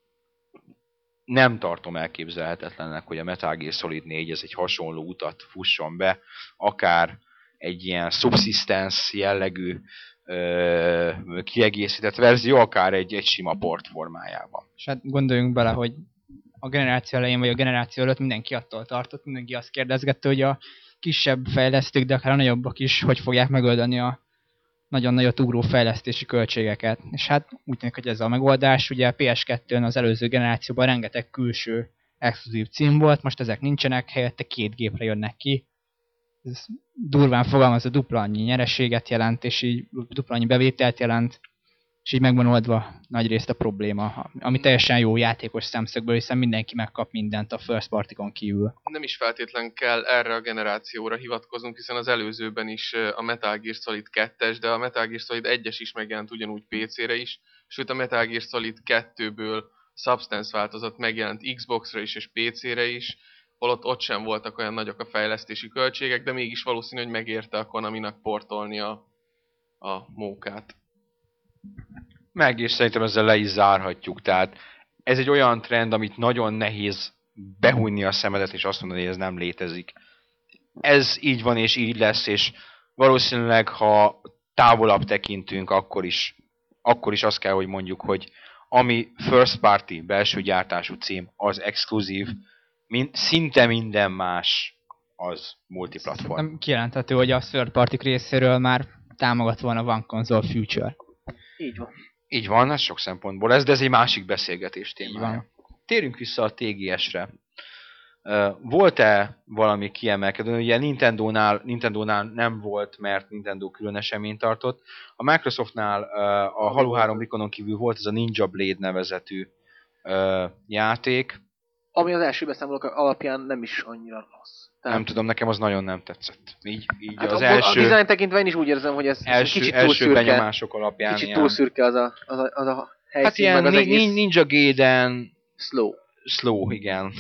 Nem tartom elképzelhetetlennek, hogy a Metal Gear Solid négy ez egy hasonló utat fusson be, akár egy ilyen subsistence jellegű ö, kiegészített verzió, akár egy, egy sima port formájában.
És hát gondoljunk bele, hogy a generáció elején vagy a generáció előtt mindenki attól tartott, mindenki azt kérdezgette, hogy a kisebb fejlesztők, de akár a nagyobbak is, hogy fogják megoldani a nagyon nagyot ugró fejlesztési költségeket. És hát úgy tűnik, hogy ez a megoldás. Ugye a pé es kettőn az előző generációban rengeteg külső exkluzív cím volt, most ezek nincsenek, helyette két gépre jönnek ki. Ez durván fogalmazva dupla annyi nyereséget jelent, és így dupla annyi bevételt jelent, és így megvan oldva nagyrészt a probléma, ami teljesen jó játékos szemszögből, hiszen mindenki megkap mindent a first party-on kívül.
Nem is feltétlen kell erre a generációra hivatkoznunk, hiszen az előzőben is a Metal Gear Solid kettes, de a Metal Gear Solid egyes is megjelent ugyanúgy pé cére is, sőt a Metal Gear Solid kettőből Substance változat megjelent Xboxra is és pé cére is, holott ott sem voltak olyan nagyok a fejlesztési költségek, de mégis valószínű, hogy megérte a Konaminak portolni a, a mókát.
Meg, és szerintem ezzel le is zárhatjuk. Tehát ez egy olyan trend, amit nagyon nehéz behújni a szemedet, és azt mondani, hogy ez nem létezik. Ez így van, és így lesz, és valószínűleg, ha távolabb tekintünk, akkor is, akkor is azt kell, hogy mondjuk, hogy ami first party, belső gyártású cím, az exkluzív, min- szinte minden más az multiplatform.
Nem kijelenthető, hogy a third party részéről már támogatva van a One Console Future.
Így van.
Így van, ez sok szempontból ez, de ez egy másik beszélgetés témája.
van.
Térjünk vissza a té gé es-re. Uh, volt-e valami kiemelkedő? Ugye Nintendónál, Nintendónál nem volt, mert Nintendo külön eseményt tartott. A Microsoftnál uh, a Halo három Reconon kívül volt ez a Ninja Blade nevezetű uh, játék.
Ami az első beszámolók alapján nem is annyira rossz. Tehát,
Nem tudom, nekem az nagyon nem tetszett. Így, így
hát
az
a,
első,
a design tekintve én is úgy érzem, hogy ez
első,
kicsit túl
első
szürke.
benyomások alapján
Kicsit
ilyen,
túl szürke az a, az a, az a helyszín,
hát ilyen
meg az
ni-
egész
Ninja Gaiden
slow.
slow, igen.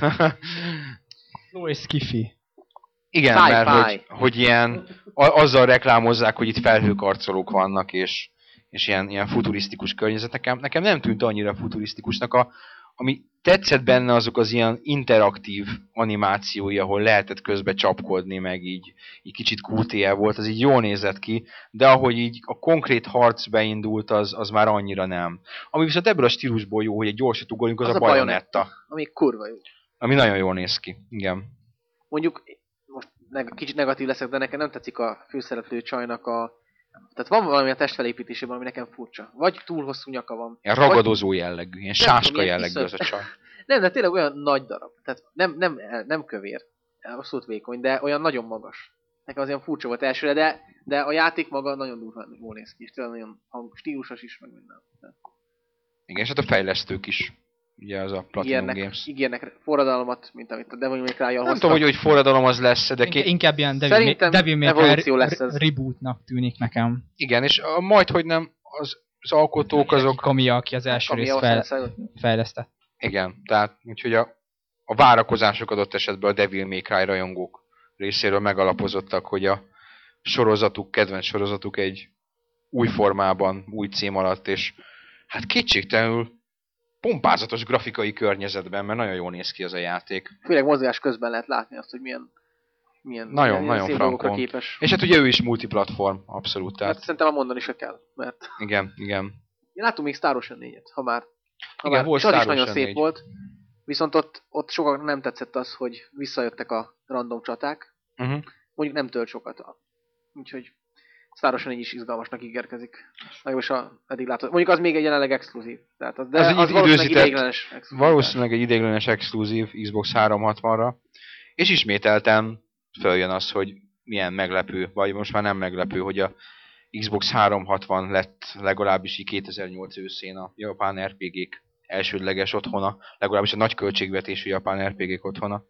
Slow és skiffy.
Igen,
Sci-fi.
mert hogy, hogy ilyen, a, azzal reklámozzák, hogy itt felhőkarcolók vannak, és, és ilyen, ilyen futurisztikus környezet. Nekem, nekem nem tűnt annyira futurisztikusnak. A, ami tetszett benne, azok az ilyen interaktív animációi, ahol lehetett közbe csapkodni, meg így, így kicsit kú té el volt, az így jól nézett ki, de ahogy így a konkrét harc beindult, az, az már annyira nem. Ami viszont ebből a stílusból jó, hogy egy gyorsat ugorjunk, az, az a, a Bayonetta.
Ami kurva jó.
Ami nagyon jól néz ki, igen.
Mondjuk, most neg- kicsit negatív leszek, de nekem nem tetszik a főszereplő csajnak a... Tehát van valami a testfelépítésében, ami nekem furcsa. Vagy túl hosszú nyaka van.
Ilyen ragadozó jellegű, ilyen
Nem
sáska
tudom, ilyen
jellegű az a
iszonyat-
csaj.
Nem, de tényleg olyan nagy darab. Tehát nem, nem, nem kövér. Abszolút vékony, de olyan nagyon magas. Nekem az ilyen furcsa volt elsőre, de, de a játék maga nagyon durván jól néz ki, és tényleg nagyon hang, stílusos is, meg minden. De
Igen, és hát a fejlesztők is. Ugye az a Platinum
ígérnek,
Games.
ígérnek forradalmat, mint amit a Devil May Cry-jal
Nem
hoztak.
tudom, hogy, hogy forradalom az lesz, de
Inkább,
két...
inkább ilyen Devil,
Szerintem
May, Devil May
evolúció
Cry
lesz ez.
re- rebootnak tűnik nekem.
Igen, és a, majd, hogy nem, az, az alkotók azok...
Kamiya, aki az első
Ami
részt
ahhoz
fel,
lesz,
fejlesztett.
Igen, tehát úgyhogy a, a várakozások adott esetben a Devil May Cry rajongók részéről megalapozottak, hogy a sorozatuk, kedvenc sorozatuk egy új formában, új cím alatt, és hát kétségtelenül pompázatos grafikai környezetben, mert nagyon jól néz ki az a játék.
Főleg mozgás közben lehet látni azt, hogy milyen, milyen,
Nagyon,
milyen
nagyon
szép
frankon.
dolgokra képes.
És hát ugye ő is multiplatform, abszolút.
Tehát
Tehát,
szerintem mondani se kell, mert
igen, igen.
én látunk még Star Ocean négyet, ha már. Ha
Igen,
már.
volt
És az is
Star
nagyon
Ocean
szép
négy.
volt, viszont ott, ott sokaknak nem tetszett az, hogy visszajöttek a random csaták.
Uh-huh.
Mondjuk nem tölt sokat. Úgyhogy Star Ocean négy is izgalmasnak ígérkezik. Legalábbis a eddig látott. Mondjuk az még egy jelenleg exkluzív. Tehát az, de
Ez
az,
egy
az valószínűleg
időzített-
ideiglenes exkluzivitás.
Valószínűleg egy ideiglenes exkluzív Xbox háromszázhatvanra, és ismételten följön az, hogy milyen meglepő, vagy most már nem meglepő, hogy a Xbox háromszázhatvan lett legalábbis így kétezer-nyolc őszén a japán er pé gék elsődleges otthona, legalábbis a nagy költségvetésű japán er pé gék otthona.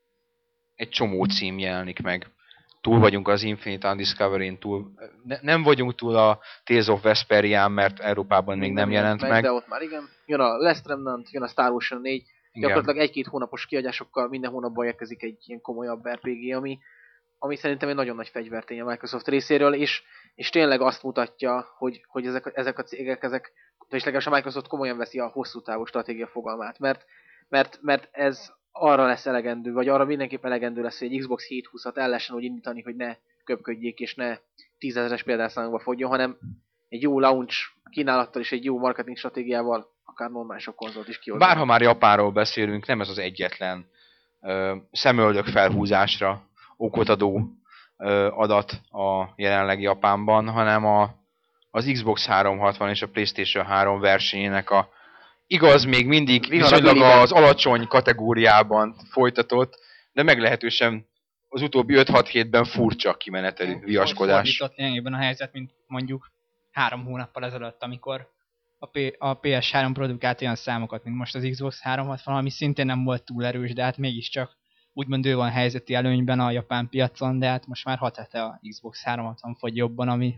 Egy csomó cím jelenik meg. Túl vagyunk az Infinite Undiscovery-n, túl, ne, nem vagyunk túl a Tales of Vesperián, mert Európában még nem jelent meg.
De ott már igen. Jön a Last Remnant, jön a Star Ocean négy.
Igen.
Gyakorlatilag egy-két hónapos kiadásokkal minden hónapban érkezik egy ilyen komolyabb er pé gé, ami, ami szerintem egy nagyon nagy fegyvertény a Microsoft részéről, és, és tényleg azt mutatja, hogy, hogy ezek, ezek a cégek, ezek, és legalábbis a Microsoft komolyan veszi a hosszú távú stratégia fogalmát, mert, mert, mert ez arra lesz elegendő, vagy arra mindenképp elegendő lesz, hogy egy Xbox hétszázhúszat el lehessen úgy indítani, hogy ne köpködjék és ne tízezeres példányszámokba fogjon, hanem egy jó launch kínálattal és egy jó marketing stratégiával akár normálisabb konzolt is kihozni.
Bárha már Japánról beszélünk, nem ez az egyetlen ö, szemöldök felhúzásra okot adó ö, adat a jelenlegi Japánban, hanem a, az Xbox háromszázhatvan és a PlayStation három versenyének a igaz, még mindig viszonylag az alacsony kategóriában folytatott, de meglehetősen az utóbbi öt-hat hétben furcsa kimenetelű viaskodás.
Fordított lényegében a helyzet, mint mondjuk három hónappal ezelőtt, amikor a, P- a pé es három produkált olyan számokat, mint most az Xbox háromszázhatvan, ami szintén nem volt túl erős, de hát mégiscsak úgymond ő van helyzeti előnyben a japán piacon, de hát most már hat hete a Xbox háromszázhatvan fogy jobban, ami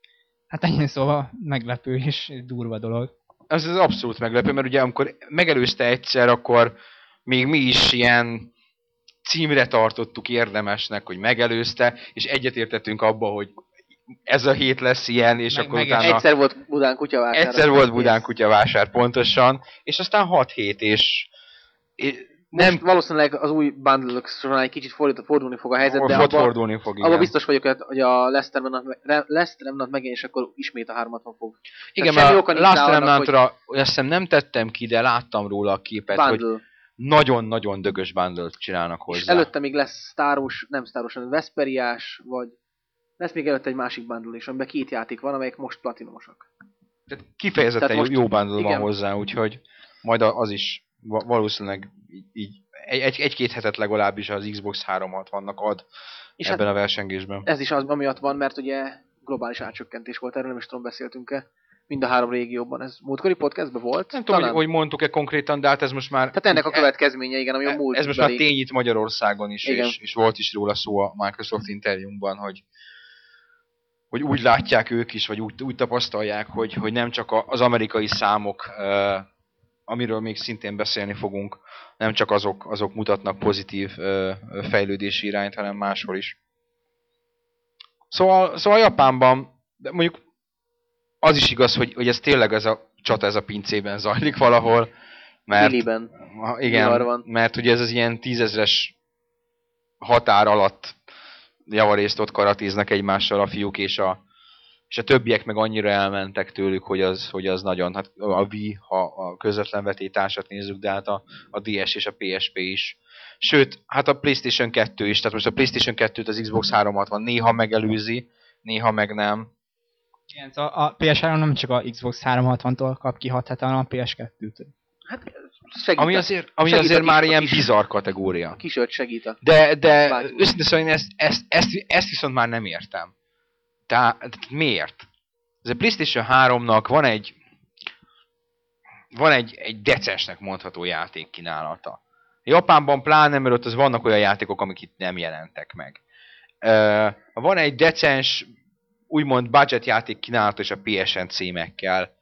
hát ennyi szóval meglepő és durva dolog.
Ez az abszolút meglepő, mert ugye amikor megelőzte egyszer, akkor még mi is ilyen címre tartottuk érdemesnek, hogy megelőzte, és egyetértettünk abba, hogy ez a hét lesz ilyen, és
Meg-
akkor
meg-
utána...
Egyszer volt Budán kutyavásár.
Egyszer volt Budán kutyavásár, pontosan, és aztán hat hét, és... és
Nem,
nem
valószínűleg az új bundle során egy kicsit fordít, fordulni fog a helyzet, de
fog
abban
fordulni fog, igen.
abba biztos vagyok, hogy a Last Remnant, Last Remnant megjelenés, akkor ismét a háromszázhatvan fog.
Igen,
semmi
mert
oka
a
nincs
Last
rá annak,
Remnantra, hogy... azt hiszem nem tettem ki, de láttam róla a képet,
Bundle.
hogy nagyon-nagyon dögös bundle-t csinálnak
És
hozzá.
előtte még lesz Star Wars, nem Star Wars, hanem Vesperiás, vagy lesz még előtt egy másik bundle is, amiben két játék van, amelyek most platinomosak.
Tehát kifejezetten
Tehát
jó,
most-
jó bundle van
igen.
hozzá, úgyhogy majd a- az is va- valószínűleg így, így egy, egy, egy-két hetet legalábbis az Xbox háromszázhatvannak ad
És
ebben
hát
a versengésben.
ez is az, amiatt van, mert ugye globális árcsökkentés volt, erről nem is tudom, beszéltünk-e mind a három régióban. Ez múltkori podcastben volt?
Nem tudom, hogy,
Talán.
hogy mondtuk-e konkrétan, de hát ez most már...
Tehát ennek a
így-
következménye, igen, ami a múlt.
Ez most már tény itt Magyarországon is,
Igen.
és, és volt is róla szó a Microsoft interjúmban, hogy, hogy úgy látják ők is, vagy úgy, úgy tapasztalják, hogy, hogy nem csak a- az amerikai számok, uh, amiről még szintén beszélni fogunk, nem csak azok, azok mutatnak pozitív uh, fejlődési irányt, hanem máshol is. Szóval, szóval Japánban, de mondjuk az is igaz, hogy, hogy ez tényleg ez a csata, ez a pincében zajlik valahol, mert...
Milliben.
Ha,
Vihar
igen,
van.
mert ugye ez az ilyen tízezres határ alatt javarészt ott karatéznek egymással a fiúk, és a, és a többiek meg annyira elmentek tőlük, hogy az, hogy az nagyon, hát a Wii, ha a közvetlen vetétársat nézzük, de hát a, a dé es és a pé es pé is. Sőt, hát a PlayStation kettő is, tehát most a PlayStation kettőt az Xbox háromszázhatvan néha megelőzi, néha meg nem.
Igen, szóval a pé es három nem csak a Xbox háromszázhatvantól kap ki hat hetet, hanem a pé es kettőtől.
Hát segít.
Ami azért, ami
segít
azért
a
már
kis- a
ilyen
kis-
bizarr kategória.
A kisölt segít a...
De, de
Vágjuk.
őszintén szóval én ezt, ezt, ezt, ezt viszont már nem értem. Tehát tehát miért? Ez a PlayStation háromnak van egy van egy, egy decensnek mondható játék kínálata. Japánban pláne, mert ott az vannak olyan játékok, amik itt nem jelentek meg. Uh, van egy decens, úgymond budget játék kínálata és a pé es en címekkel.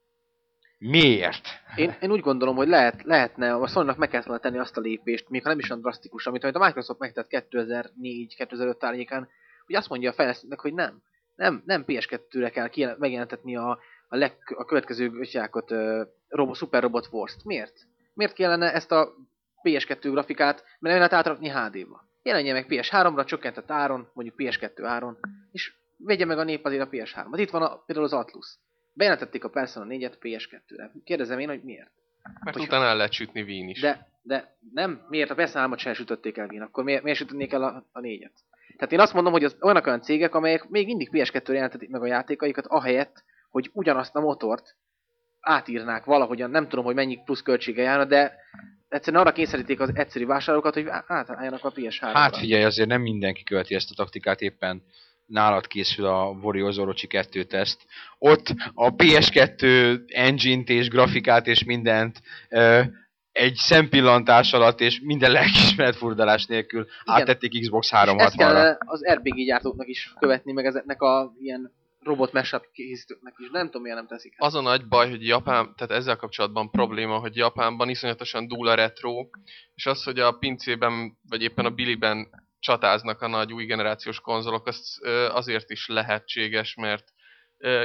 Miért?
Én, én úgy gondolom, hogy lehet, lehetne, a Sony-nak meg kellett volna tenni azt a lépést, még ha nem is olyan drasztikus, amit, amit a Microsoft megtett kétezer-négy kétezer-öt tárnyékán, hogy azt mondja a fejlesztőnek, hogy nem. Nem, nem pé es kettőre kell kijelen- megjelentetni a, a, leg, a következő ötjákot, uh, Robo, Super Robot Wars-t. Miért? Miért kellene ezt a pé es kettő grafikát, mert nem lehet átrakni há dé-ba? Jelenje meg pé es háromra, csökkentett áron, mondjuk pé es kettő áron, és vegye meg a nép azért a pé es hármat. Itt van a, például az Atlus. Bejelentették a Persona négyet pé es kettőre. Kérdezem én, hogy miért?
Mert
Hogyha-
utána el lehet sütni Wien is.
De, de nem, miért a Persona hármat sem sütötték el Wien, akkor miért, miért sütötték el a, a négyet? Tehát én azt mondom, hogy az vannak olyan cégek, amelyek még mindig pé es kettőre jelentetik meg a játékaikat, ahelyett, hogy ugyanazt a motort átírnák valahogyan, nem tudom, hogy mennyi plusz költsége járna, de egyszerűen arra kényszerítik az egyszerű vásárlókat, hogy átálljanak a pé es háromra.
Hát figyelj, azért nem mindenki követi ezt a taktikát, éppen nálad készül a Warriors Orochi kettő teszt. Ott a pé es kettő engine-t és grafikát és mindent ö, egy szempillantás alatt és minden lelkiismeret furdalás nélkül áttették Xbox
És ezt
háromszázhatvanra.
kellene az er pé gé gyártóknak is követni, meg ezeknek a ilyen robot mashup készítőknek is. Nem tudom, miért nem teszik ezt.
Az a nagy baj, hogy Japán, tehát ezzel kapcsolatban probléma, hogy Japánban iszonyatosan dúl a retro, és az, hogy a pincében, vagy éppen a biliben csatáznak a nagy új generációs konzolok, az ö, azért is lehetséges, mert ö,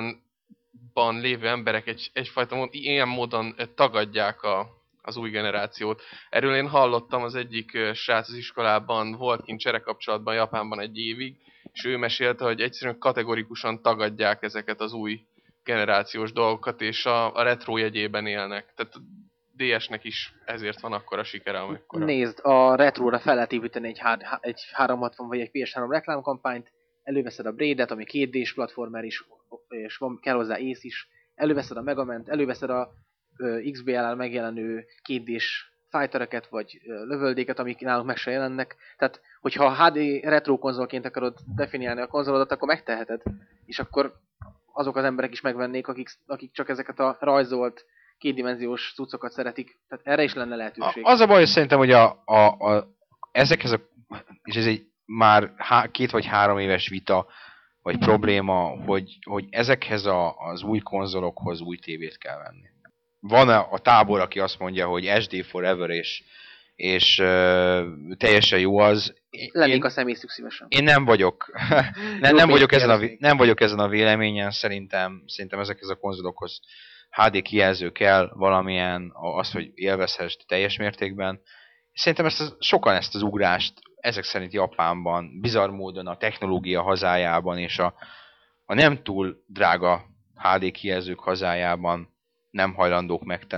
Japánban lévő emberek egy, egyfajta mód, ilyen módon ö, tagadják a, az új generációt. Erről én hallottam, az egyik ö, srác az iskolában volt kint cserekapcsolatban Japánban egy évig, és ő mesélte, hogy egyszerűen kategorikusan tagadják ezeket az új generációs dolgokat, és a, a retro jegyében élnek. Tehát dé es-nek is ezért van akkora sikere, amekkora.
Nézd, a retróra fel lehet építeni egy, há- egy háromszázhatvan vagy egy pé es három reklámkampányt, előveszed a Braid-et, ami két dés platformer is, és van, kell hozzá Ace is, előveszed a Megament, előveszed a ö, iksz bé el-el megjelenő két dés fightereket, vagy ö, lövöldéket, amik nálunk meg se jelennek. Tehát, hogyha há dé retro konzolként akarod definiálni a konzolodat, akkor megteheted, és akkor azok az emberek is megvennék, akik, akik csak ezeket a rajzolt, kétdimenziós cuccokat szeretik. Tehát erre is lenne lehetőség.
A, az a baj, hogy szerintem, hogy a, a, a, ezekhez a, és ez egy már há, két vagy három éves vita, vagy probléma, hogy, hogy ezekhez a, az új konzolokhoz új tévét kell venni. Van a, a tábor, aki azt mondja, hogy es dé forever, és, és uh, teljesen jó az.
Lennék
Én,
a személyszük szívesen.
én nem vagyok, nem,
Jó
nem, vagyok
pénzt
ezen a,
keresnék.
nem vagyok ezen a véleményen, szerintem, szerintem ezekhez a konzolokhoz há dé kijelző kell, valamilyen az, hogy élvezhessd teljes mértékben. Szerintem ezt az, sokan ezt az ugrást, ezek szerint Japánban, bizarr módon a technológia hazájában és a, a nem túl drága há dé kijelzők hazájában nem hajlandók megtenni.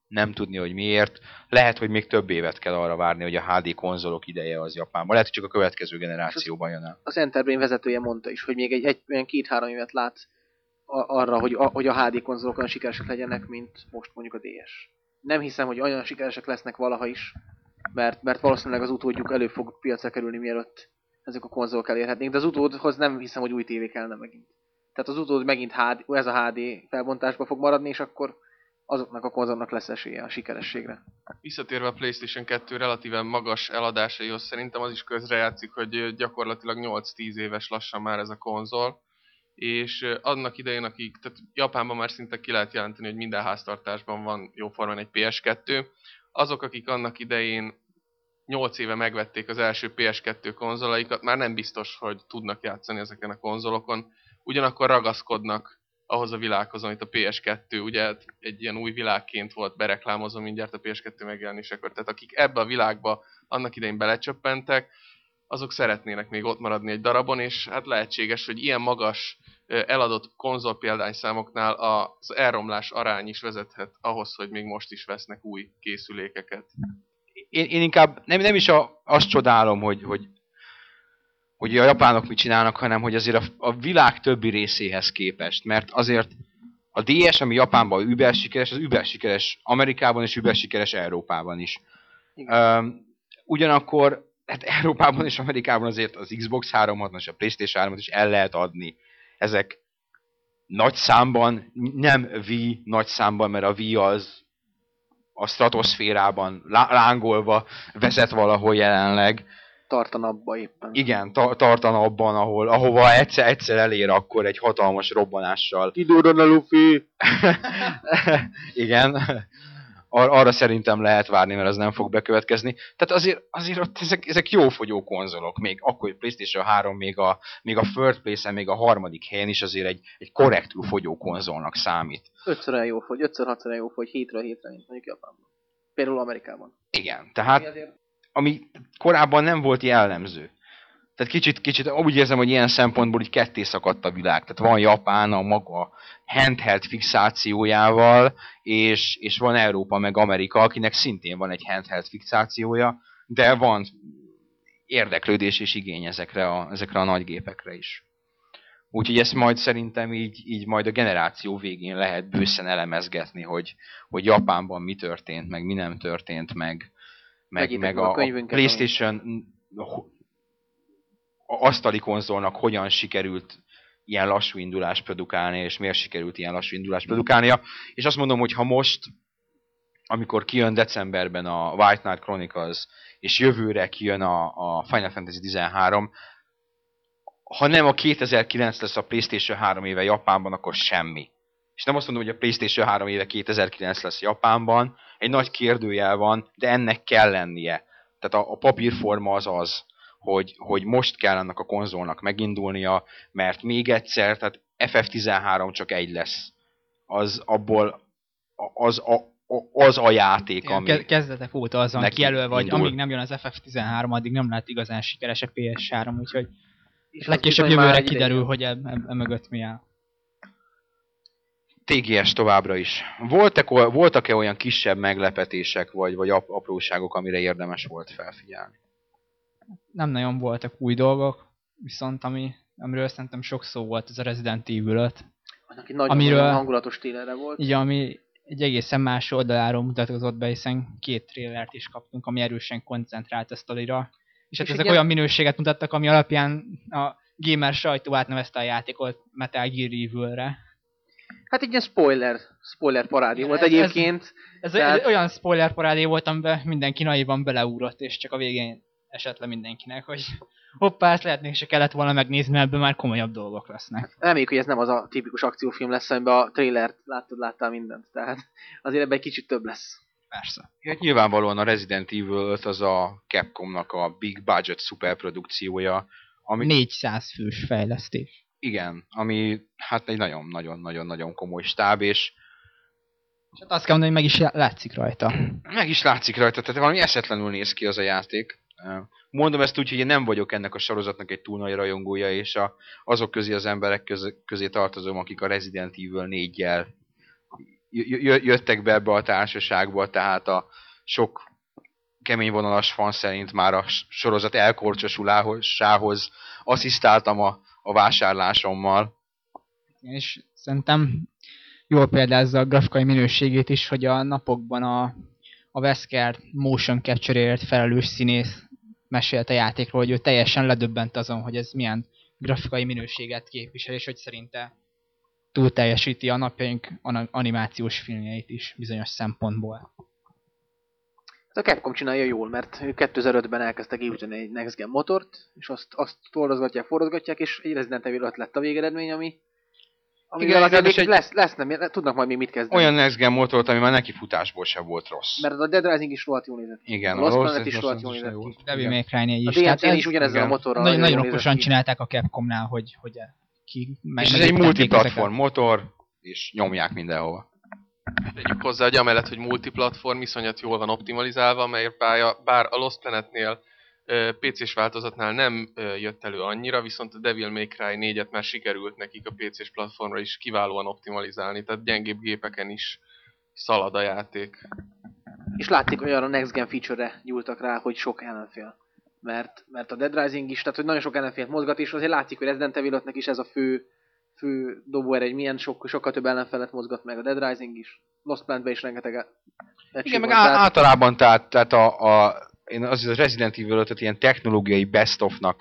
nem tudni, hogy miért. Lehet, hogy még több évet kell arra várni, hogy a há dé konzolok ideje az Japánban. Lehet, hogy csak a következő generációban jön el.
Az Enterbrain vezetője mondta is, hogy még egy, egy olyan két-három évet lát a, arra, hogy a, hogy a há dé konzolok olyan sikeresek legyenek, mint most mondjuk a dé es. Nem hiszem, hogy olyan sikeresek lesznek valaha is, mert, mert valószínűleg az utódjuk elő fog piacra kerülni, mielőtt ezek a konzolok elérhetnénk, de az utódhoz nem hiszem, hogy új tévé kellene megint. Tehát az utód megint há dé, ez a há dé felbontásba fog maradni, és akkor azoknak a konzolnak lesz esélye a sikerességre.
Visszatérve a PlayStation kettő relatíven magas eladásaihoz, szerintem az is közrejátszik, hogy gyakorlatilag nyolc-tíz éves lassan már ez a konzol, és annak idején, akik, tehát Japánban már szinte ki lehet jelenteni, hogy minden háztartásban van jóformán egy pé es kettő, azok, akik annak idején nyolc éve megvették az első pé es kettő konzolaikat, már nem biztos, hogy tudnak játszani ezeken a konzolokon, ugyanakkor ragaszkodnak ahhoz a világhoz, amit a pé es kettő, ugye egy ilyen új világként volt bereklámozva mindjárt a pé es kettő megjelenésekor. Tehát akik ebbe a világba annak idején belecsöppentek, azok szeretnének még ott maradni egy darabon, és hát lehetséges, hogy ilyen magas eladott konzol példányszámoknál az elromlás arány is vezethet ahhoz, hogy még most is vesznek új készülékeket.
Én, én inkább nem, nem is a, azt csodálom, hogy, hogy, hogy a japánok mit csinálnak, hanem hogy azért a, a világ többi részéhez képest. Mert azért a dé es, ami Japánban über sikeres, az über sikeres Amerikában és über sikeres Európában is. Um, ugyanakkor hát Európában és Amerikában azért az Xbox háromszázhatvan és a PlayStation hármat is el lehet adni. Ezek nagy számban, nem Wii nagy számban, mert a Wii az a stratoszférában lángolva vezet valahol jelenleg.
Tartana abba éppen.
Igen, ta- tartana abban, ahol, ahova egyszer, egyszer elér, akkor egy hatalmas robbanással.
Kidurran a Luffy!
Igen, Ar- arra szerintem lehet várni, mert az nem fog bekövetkezni. Tehát azért, azért ott ezek, ezek jó fogyó konzolok, még akkor, hogy PlayStation három még a, még a third place-en, még a harmadik helyen is azért egy, egy korrektül fogyó konzolnak számít.
Ötször olyan jó fogy, ötször-hatszor olyan jó fogy, hétről hétre, mint mondjuk Japánban. Például Amerikában.
Igen, tehát ami korábban nem volt jellemző. Tehát kicsit, kicsit úgy érzem, hogy ilyen szempontból így ketté szakadt a világ. Tehát van Japán a maga handheld fixációjával, és, és van Európa meg Amerika, akinek szintén van egy handheld fixációja, de van érdeklődés és igény ezekre a, ezekre a nagy gépekre is. Úgyhogy ezt majd szerintem így, így majd a generáció végén lehet bőszen elemezgetni, hogy, hogy Japánban mi történt, meg mi nem történt, meg, meg, meg a, a PlayStation asztali konzolnak hogyan sikerült ilyen lassú indulást produkálni, és miért sikerült ilyen lassú indulást produkálnia. És azt mondom, hogy ha most, amikor kijön decemberben a White Knight Chronicles, és jövőre kijön a, a Final Fantasy tizenhárom, ha nem a kétezer-kilenc lesz a PlayStation három éve Japánban, akkor semmi. És nem azt mondom, hogy a PlayStation három éve kétezer-kilenc lesz Japánban, egy nagy kérdőjel van, de ennek kell lennie. Tehát a, a papírforma az az, hogy, hogy most kell ennek a konzolnak megindulnia, mert még egyszer, tehát ef ef tizenhárom csak egy lesz. Az abból az a, az a játék,
igen,
ami...
Kezdetek óta az van kijelölve, hogy
indul.
amíg nem jön az ef ef tizenhárom, addig nem lehet igazán sikeres a pé es három, úgyhogy
és
legkésőbb jövőre kiderül, hogy e, e, e mögött mi áll.
té gé es továbbra is. Voltak, voltak-e olyan kisebb meglepetések, vagy, vagy apróságok, amire érdemes volt felfigyelni?
Nem nagyon voltak új dolgok, viszont ami, amiről szerintem sok szó volt, ez a Resident Evil öt.
Annak egy nagyon
amiről,
hangulatos trailerre volt.
Igen, ami egy egészen más oldaláról mutatkozott be, hiszen két trailert is kaptunk, ami erősen koncentrált a sztorira. És hát és ezek ilyen... olyan minőséget mutattak, ami alapján a gamer sajtó átnevezte a játékot Metal Gear Evil-re.
Hát egy ilyen spoiler, spoiler parádé volt ez, egyébként.
Ez, ez tehát... olyan spoiler parádé volt, amiben mindenki naivan beleugrott, és csak a végén esett le mindenkinek, hogy hoppá, ezt lehetnék se kellett volna megnézni, mert ebben már komolyabb dolgok lesznek.
Reméljük, hogy ez nem az a tipikus akciófilm lesz, amiben a trailert láttad, láttál mindent, tehát azért ebben egy kicsit több lesz.
Persze.
Hát nyilvánvalóan a Resident Evil öt az a Capcomnak a big budget szuperprodukciója. Ami...
négyszáz fős fejlesztés.
Igen, ami hát egy nagyon-nagyon-nagyon-nagyon komoly stáb, és
és hát azt kell mondani, hogy meg is látszik rajta.
Meg is látszik rajta, tehát valami eszetlenül néz ki az a játék. Mondom ezt úgy, hogy én nem vagyok ennek a sorozatnak egy túl nagy rajongója, és a, azok közé az emberek közé, közé tartozom, akik a Resident Evil néggyel jöttek be ebbe a társaságba, tehát a sok keményvonalas fan szerint már a sorozat elkorcsosulásához asszisztáltam a, a vásárlásommal.
És szerintem jól példázza a grafikai minőségét is, hogy a napokban a, a Wesker motion capture-ért felelős színész mesélt a játékról, hogy ő teljesen ledöbbent azon, hogy ez milyen grafikai minőséget képvisel, és hogy szerinte túl teljesíti a napjaink animációs filmjeit is bizonyos szempontból.
A Capcom csinálja jól, mert kétezer-ötben elkezdtek építeni egy Next Gen motort, és azt, azt forrozgatják, forrozgatják, és egy Resident Evil öt lett a végeredmény, ami amivel azért még egy... lesz, lesz nem, tudnak majd még mit kezdeni.
Olyan Next Gen motort, ami már neki futásból sem volt rossz.
Mert a Dead Rising is rohadt jól nézett.
Igen,
a Lost Planet is rohadt jól nézett ki.
Devil May Cry négy is.
A dé em cé is ugyanezzel a motorral.
Nagyon, nagyon okosan csinálták a Capcomnál, hogy, hogy ki...
És ez egy multiplatform motor, és nyomják mindenhova.
Tegyük hozzá, hogy amellett, hogy multiplatform iszonyat jól van optimalizálva, mert bár a Lost Planetnél pé cés változatnál nem jött elő annyira, viszont a Devil May Cry négyet már sikerült nekik a pé cés platformra is kiválóan optimalizálni, tehát gyengébb gépeken is szalad a játék.
És látszik, hogy arra a Next Gen feature-re nyúltak rá, hogy sok ellenfél. Mert, mert a Dead Rising is, tehát hogy nagyon sok ellenfélt mozgat, és azért látszik, hogy Resident Evil ötnek is ez a fő, fő dobóeregy, milyen sok, sokkal több ellenfelet mozgat meg a Dead Rising is. Lost Planet-ben is rengeteg.
Igen, meg tehát... általában tehát, tehát a, a, én az a Resident Evil ötöt ilyen technológiai best-of-nak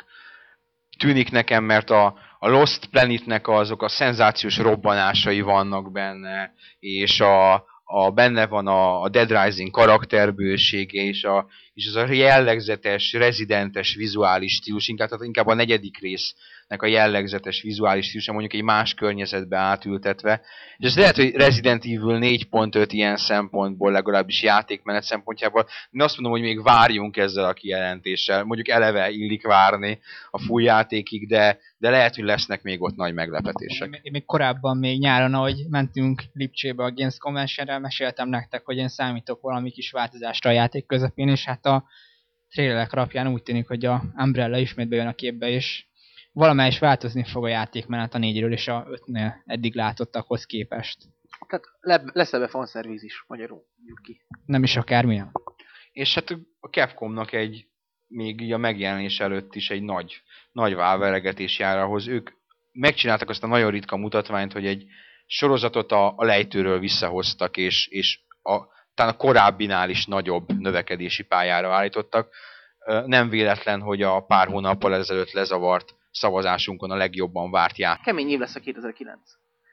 tűnik nekem, mert a, a Lost Planet-nek azok a szenzációs robbanásai vannak benne, és a, a benne van a, a Dead Rising karakterbősége, és, a, és az a jellegzetes, rezidentes vizuális stílus, inkább, tehát inkább a negyedik résznek a jellegzetes vizuális stílus, mondjuk egy más környezetbe átültetve. És ez lehet, hogy Resident Evil négy pont öt ilyen szempontból, legalábbis játékmenet szempontjából. Én azt mondom, hogy még várjunk ezzel a kijelentéssel. Mondjuk eleve illik várni a full játékig, de, de lehet, hogy lesznek még ott nagy meglepetések.
Én még korábban, még nyáron, ahogy mentünk Lipcsébe a Games Conventionre, meséltem nektek, hogy én számítok valami kis változásra a játék közepén, és hát a trailerek alapján úgy tűnik, hogy a Umbrella ismét bejön a képbe, és valamelyes változni fog a játékmenet a négyről és a ötnél eddig látottakhoz képest.
Tehát le, lesz ebbe fanszerviz is, magyarul mondjuk ki.
Nem is akármilyen.
És hát a Capcomnak egy, még így a megjelenés előtt is egy nagy, nagy válveregetés jár ahhoz. Ők megcsináltak azt a nagyon ritka mutatványt, hogy egy sorozatot a, a lejtőről visszahoztak, és, és a, talán a korábbinál is nagyobb növekedési pályára állítottak. Nem véletlen, hogy a pár hónappal ezelőtt lezavart szavazásunkon a legjobban várt játék.
Kemény év lesz a kétezer-kilenc.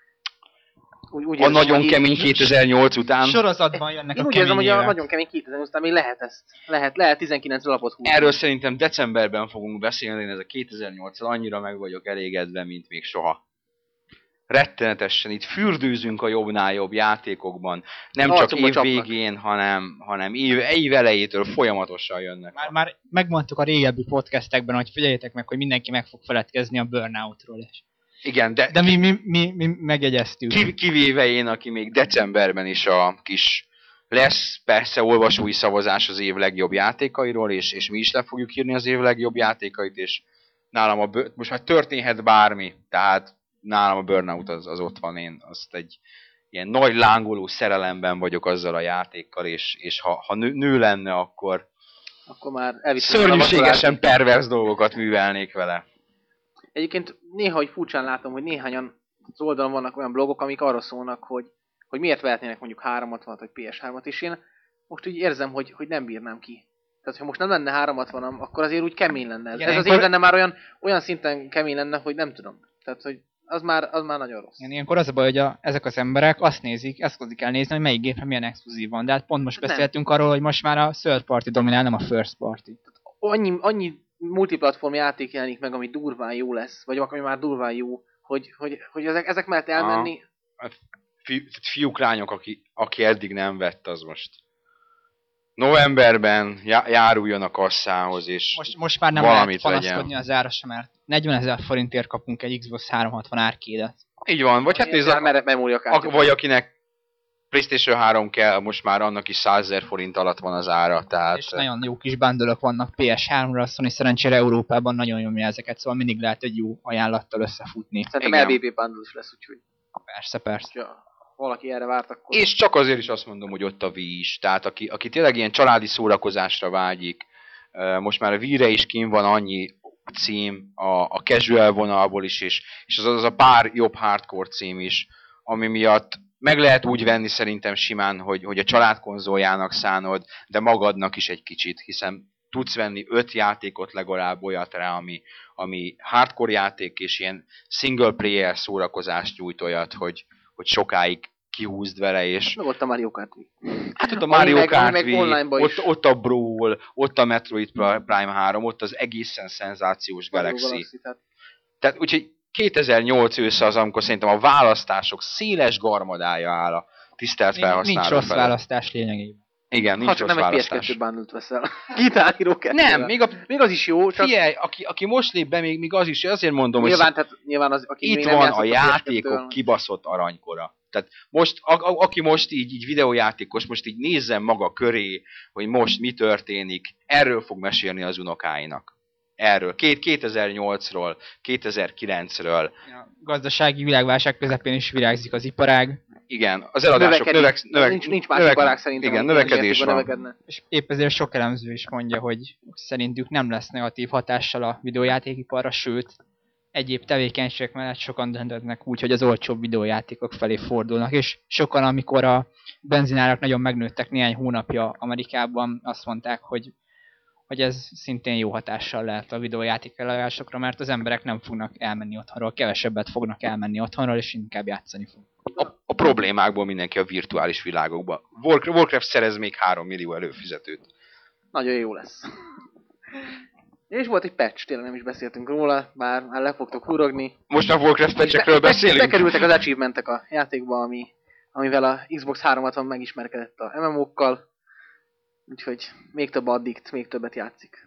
Úgy, úgy a érzem, nagyon kemény kétezer-nyolc után.
Sorozatban jönnek
én
a
úgy
kemény
érzem, hogy
évek.
a nagyon kemény kétezer-nyolc után még lehet ezt. Lehet, lehet tizenkilencre lapot húzni.
Erről szerintem decemberben fogunk beszélni, én ez a kétezer-nyolccal annyira meg vagyok elégedve, mint még soha. Rettenetesen itt fürdőzünk a jobbnál jobb játékokban. Nem
Arcomba
csak év
csapnak.
végén, hanem, hanem év, év elejétől folyamatosan jönnek.
Már, már megmondtuk a régebbi podcastekben, hogy figyeljétek meg, hogy mindenki meg fog feledkezni a Burnoutról is.
Igen, de,
De mi, mi, mi, mi megjegyeztük.
Kiv- kivéve én, aki még decemberben is a kis lesz persze olvasói szavazás az év legjobb játékairól, és, és mi is le fogjuk írni az év legjobb játékait, és nálam a bur- most már történhet bármi, tehát nálam a Burnout az, az ott van, én azt egy ilyen nagy lángoló szerelemben vagyok azzal a játékkal, és, és ha, ha nő, nő lenne, akkor
Akkor már elviszem
szörnyűségesen pervers dolgokat művelnék vele.
Egyébként néha, hogy furcsán látom, hogy néhányan az oldalon vannak olyan blogok, amik arra szólnak, hogy, hogy miért vehetnének mondjuk háromszázhatvanat vagy pé es hármat, és én most úgy érzem, hogy, hogy nem bírnám ki. Tehát, ha most nem lenne háromszázhatvanom, akkor azért úgy kemény lenne ez.
Igen,
ez az
ilyenkor-
év lenne már olyan, olyan szinten kemény lenne, hogy nem tudom. Tehát, hogy az már, az már nagyon rossz.
Igen, ilyenkor az a baj, hogy a, ezek az emberek azt nézik, ezt kezdik el nézni, hogy melyik gépre milyen exkluzív van. De hát pont most
Nem.
beszéltünk arról, hogy most már a third party dominál, nem a first party.
Annyi, annyi multiplatform játék jelenik meg, ami durván jó lesz, vagy ami már durván jó, hogy, hogy, hogy ezek, ezek mellett elmenni.
Fi, fiúk, lányok, aki, aki eddig nem vett, az most novemberben já, járuljon a kasszához, és
Most, most már nem
valamit
lehet
vegyen.
panaszkodni az ára sem, mert negyvenezer forintért kapunk egy Xbox háromszázhatvan árkédet.
Így van, vagy hát nézd, a,
mert memória
a, vagy akinek PlayStation három kell, most már annak is százezer forint alatt van az ára, tehát...
És nagyon jó kis bundle-ök vannak pé es háromra, a Sony szerencsére Európában nagyon nyomja ezeket, szóval mindig lehet egy jó ajánlattal összefutni.
Szerintem
Igen.
el bé bé bundle is lesz, úgyhogy.
Persze, persze.
Ja. valaki erre várt, akkor...
És csak azért is azt mondom, hogy ott a Wii is. Tehát aki, aki tényleg ilyen családi szórakozásra vágyik, most már a Wii-re is kín van annyi cím, a, a casual vonalból is, és, és az, az a pár jobb hardcore cím is, ami miatt meg lehet úgy venni szerintem simán, hogy, hogy a család konzoljának szánod, de magadnak is egy kicsit, hiszen tudsz venni öt játékot legalább olyat rá, ami, ami hardcore játék és ilyen single player szórakozást nyújt olyat, hogy, hogy sokáig kihúzd vele, és...
Meg ott a Mario Kart Wii.
Hát ott a Mario
meg,
Kart
Wii,
ott, ott a Brawl, ott a Metroid Prime három, ott az egészen szenzációs Galaxy.
Galaxy tehát.
tehát úgyhogy kétezer-nyolc ősze az, amikor szerintem a választások széles garmadája áll a tisztelt felhasználó
Nincs rossz
felett.
választás lényegében.
Igen, nincs
ha csak
rossz
nem egy
választás.
pé es kettő bundle-t veszel. Guitar Hero kettővel.
Nem, még, a,
még az is jó, csak...
Figyelj, aki, aki most lép be, még, még az is, azért mondom,
Nyilván,
hogy
tehát, nyilván az, aki
itt
még nem
van
játszott
a
pé es
játékok
kettővel.
kibaszott aranykora. Tehát most, a, a, aki most így, így videójátékos, most így nézzen maga köré, hogy most mi történik, erről fog mesélni az unokáinak. Erről. Két, kétezer-nyolcról, kétezer-kilencről.
A gazdasági világválság közepén is virágzik az iparág,
Igen, az eladások
Növekedik.
növek, növek,
nincs, nincs más
növek,
iparág szerintem.
igen,
ami
növekedés
játékban
van.
növekedne.
és épp ezért sok elemző is mondja, hogy szerintük nem lesz negatív hatással a videójátékiparra, sőt, egyéb tevékenységek mellett sokan döntöttek úgy, hogy az olcsóbb videójátékok felé fordulnak, és sokan, amikor a benzinárak nagyon megnőttek néhány hónapja Amerikában, azt mondták, hogy, hogy ez szintén jó hatással lehet a videójáték eladásokra, mert az emberek nem fognak elmenni otthonról, kevesebbet fognak elmenni otthonról, és inkább játszani fog.
A, a problémákból mindenki a virtuális világokba. Warcraft, Warcraft szerez még három millió előfizetőt.
Nagyon jó lesz. És volt egy patch, tényleg nem is beszéltünk róla, bár már le fogtok hurogni.
Most a Warcraft patchekről
Be-
beszélünk.
Bekerültek az achievementek a játékba, ami, amivel a Xbox háromszázhatvan megismerkedett a em em ó-kkal. Úgyhogy még több addict, még többet játszik.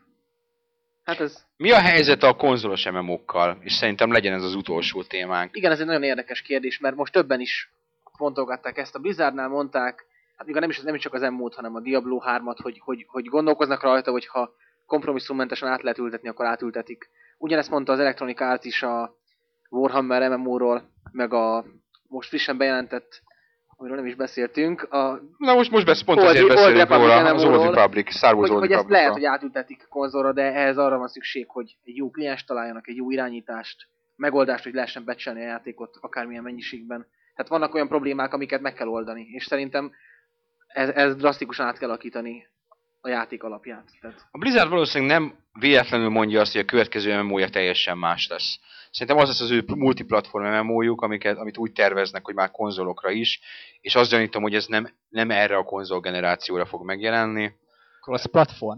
Hát ez...
Mi a helyzet a konzolos em em ó-kkal? És szerintem legyen ez az utolsó témánk.
Igen, ez egy nagyon érdekes kérdés, mert most többen is fontolgatták ezt. A Blizzardnál mondták, hát még nem is, nem is csak az em em ó-t, hanem a Diablo hármat, hogy, hogy, hogy gondolkoznak rajta, hogy ha kompromisszummentesen át lehet ültetni, akkor átültetik. Ugyanezt mondta az Electronic Arts is a Warhammer em em ó-ról, meg a most frissen bejelentett, amiről nem is beszéltünk, a
Na most, most besz, pont
Old-
azért
Old
beszélünk
Republic
róla, az
em em ó-ról,
Old Republic, Star Wars
hogy,
Old
hogy ezt
Republic-ra.
lehet, hogy átültetik konzolra, de ehhez arra van szükség, hogy egy jó kliens találjanak, egy jó irányítást, megoldást, hogy lehessen becselni a játékot akármilyen mennyiségben. Tehát vannak olyan problémák, amiket meg kell oldani, és szerintem ez, ez drasztikusan át kell alakítani a játék alapját. Tehát
A Blizzard valószínűleg nem véletlenül mondja azt, hogy a következő em em ó-ja teljesen más lesz. Szerintem az lesz az ő multiplatform em em ó-juk, amiket, amit úgy terveznek, hogy már konzolokra is, és azt gyanítom, hogy ez nem, nem erre a konzol generációra fog megjelenni.
Cross-platform.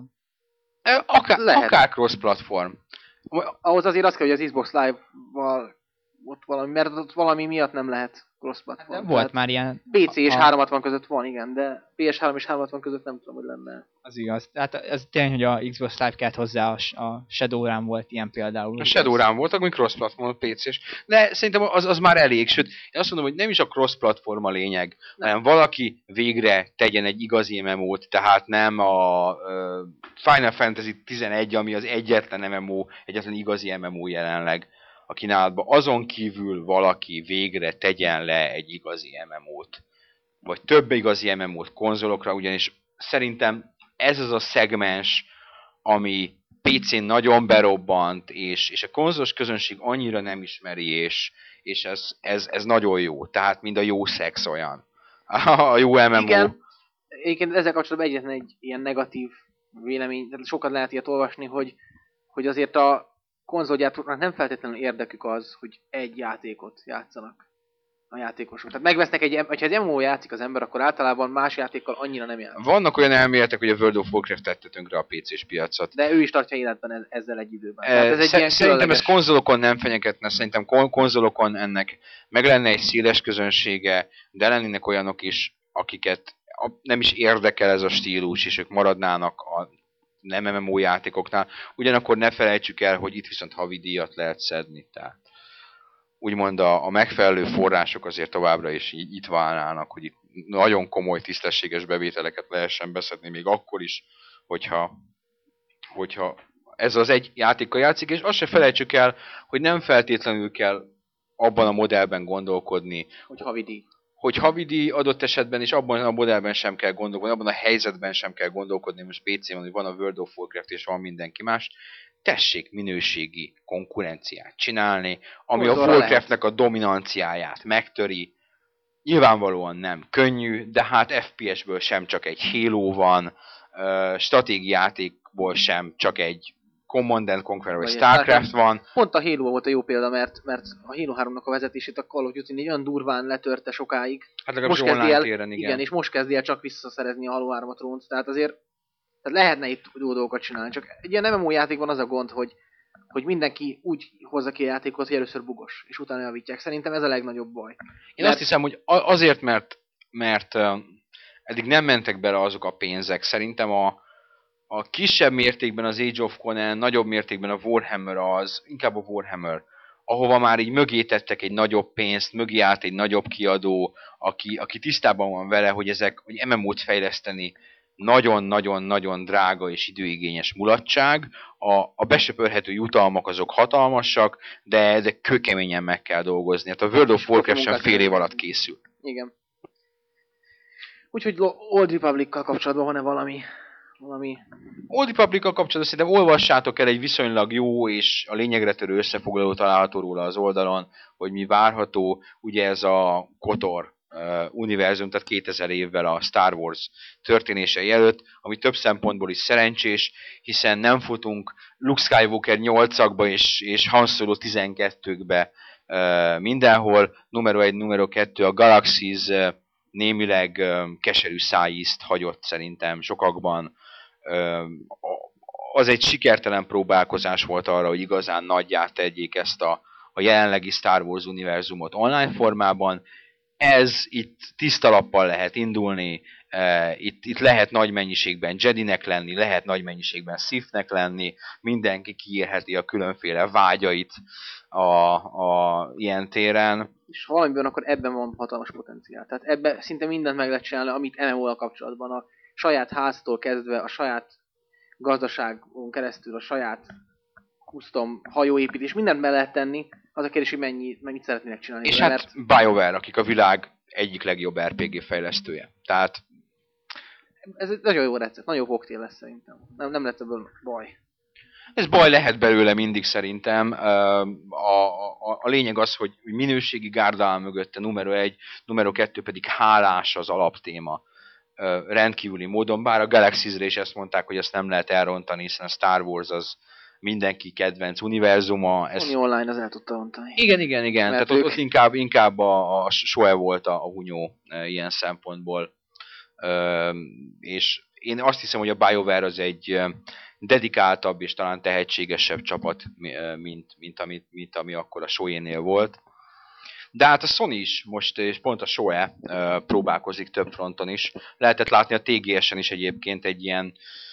E, Akár,
Lehet.
akár cross-platform.
ahhoz azért az kell, hogy az Xbox Live-val ott valami, mert ott valami miatt nem lehet cross-platform.
De volt már ilyen...
pé cé és
a-
háromszázhatvan között van, igen, de pé es három és háromszázhatvan között nem tudom, hogy lenne.
Az igaz. Tehát ez tény, hogy a Xbox Live kellett hozzá, a, a Shadowrun volt ilyen például.
A Shadowrun voltak, ami cross-platform pé cés. De szerintem az, az már elég, sőt, én azt mondom, hogy nem is a cross-platform a lényeg,
Nem.
hanem valaki végre tegyen egy igazi em em ó-t, tehát nem a uh, Final Fantasy tizenegy, ami az egyetlen em em ó, egyetlen igazi em em ó jelenleg a kínálatban. Azon kívül valaki végre tegyen le egy igazi em em ó-t. Vagy több igazi em em ó-t konzolokra, ugyanis szerintem ez az a szegmens, ami pé cén nagyon berobbant, és, és a konzolos közönség annyira nem ismeri, és, és ez, ez, ez nagyon jó. Tehát, mind a jó szex olyan. A jó em em ó.
Igen, egyébként ezzel kapcsolatban egyetlen egy ilyen negatív vélemény, tehát sokat lehet ilyet olvasni, hogy, hogy azért a konzolgyártóknak nem feltétlenül érdekük az, hogy egy játékot játszanak a játékosok. Tehát megvesznek egy, hogyha az em em ó játszik az ember, akkor általában más játékkal annyira nem játszik.
Vannak olyan elméletek, hogy a World of Warcraft tette tönkre a pé cés piacot.
De ő is tartja életben ez, ezzel egy időben.
Eh,
Tehát ez egy
sze-
ilyen
Szerintem ez
különleges-
konzolokon nem fenyegetne, szerintem kon- konzolokon ennek meg lenne egy széles közönsége, de lennének olyanok is, akiket a, nem is érdekel ez a stílus, és ők maradnának a nem em em ó játékoknál. Ugyanakkor ne felejtsük el, hogy itt viszont havi díjat lehet szedni. Tehát úgymond a, a megfelelő források azért továbbra is így, itt válnának, hogy itt nagyon komoly, tisztességes bevételeket lehessen beszedni, még akkor is, hogyha, hogyha ez az egy játékkal játszik, és azt se felejtsük el, hogy nem feltétlenül kell abban a modellben gondolkodni,
hogy havidíj.
hogy havidi adott esetben is abban a modellben sem kell gondolkodni, abban a helyzetben sem kell gondolkodni, most pé cén van, hogy van a World of Warcraft és van mindenki más, tessék minőségi konkurenciát csinálni, ami
Hozzára
a Warcraftnek a dominanciáját megtöri. Nyilvánvalóan nem könnyű, de hát ef pé es-ből sem csak egy Halo van, stratégiátékból sem csak egy Command and Conquer vagy Starcraft van.
Pont a Halo volt a jó példa, mert, mert a Halo háromnak a vezetését a Call of Duty olyan durván letörte sokáig.
Hát legalábbis online el, téren, igen.
igen. És most kezdi el csak visszaszerezni a Halo három trónt, tehát azért tehát lehetne itt jó dolgokat csinálni. Csak egy ilyen em em o játékban az a gond, hogy, hogy mindenki úgy hozza ki a játékot, hogy először bugos, és utána javítják. Szerintem ez a legnagyobb baj.
Én
mert...
azt hiszem, hogy azért, mert, mert uh, eddig nem mentek bele azok a pénzek. Szerintem a A kisebb mértékben az Age of Conan, nagyobb mértékben a Warhammer az, inkább a Warhammer, ahova már így mögé tettek egy nagyobb pénzt, mögé állt egy nagyobb kiadó, aki, aki tisztában van vele, hogy ezek, hogy em em o-t fejleszteni nagyon-nagyon-nagyon drága és időigényes mulatság. A, a besöpörhető jutalmak azok hatalmasak, de ezek kőkeményen meg kell dolgozni. Hát a World of Warcraft sem fél év alatt készül.
Igen. Úgyhogy Old Republic-kal kapcsolatban van-e valami... valami...
Old Republic-kal kapcsolatban szerintem olvassátok el egy viszonylag jó és a lényegre törő összefoglaló található róla az oldalon, hogy mi várható. Ugye ez a KOTOR uh, univerzum, tehát kétezer évvel a Star Wars történései előtt, ami több szempontból is szerencsés, hiszen nem futunk Luke Skywalker nyolcakba és, és Han Solo tizenkettőkbe uh, mindenhol. Numero egy, numero kettő, a Galaxies uh, némileg uh, keserű szájízt hagyott szerintem sokakban. Az egy sikertelen próbálkozás volt arra, hogy igazán nagyját tegyék ezt a, a jelenlegi Star Wars univerzumot online formában. Ez itt tiszta lappal lehet indulni, itt, itt lehet nagy mennyiségben Jedinek lenni, lehet nagy mennyiségben Sithnek lenni, mindenki kiírheti a különféle vágyait a, a ilyen téren.
És valamiben akkor ebben van hatalmas potenciál. Tehát ebben szinte mindent meg lehet csinálni, amit em em o-val kapcsolatban a saját háztól kezdve, a saját gazdaságon keresztül, a saját custom hajóépítés, mindent be lehet tenni, az a kérdés, hogy mennyi, mennyit szeretnének csinálni.
És
vele,
hát mert... BioWare, akik a világ egyik legjobb er pé gé fejlesztője. Tehát...
Ez egy nagyon jó recept, nagyon jó koktél lesz szerintem. Nem, nem lett ebből baj.
Ez baj lehet belőle mindig szerintem. A, a, a lényeg az, hogy minőségi gárda áll mögötte, numero egy, numero kettő pedig hálás az alaptéma. Rendkívüli módon, bár a Galaxies-re is ezt mondták, hogy ezt nem lehet elrontani, hiszen a Star Wars az mindenki kedvenc univerzuma. Ez...
Ami online az el tudta rontani.
Igen, igen, igen. Mert Tehát ők... ott, ott inkább, inkább a, a Soe volt a, a hunyó e, ilyen szempontból. E, és én azt hiszem, hogy a BioWare az egy dedikáltabb és talán tehetségesebb csapat, mint, mint, ami, mint ami akkor a Soe-nél volt. De hát a Sony is most, és pont a Soe uh, próbálkozik több fronton is. Lehetett látni a té gé es-en is egyébként egy ilyen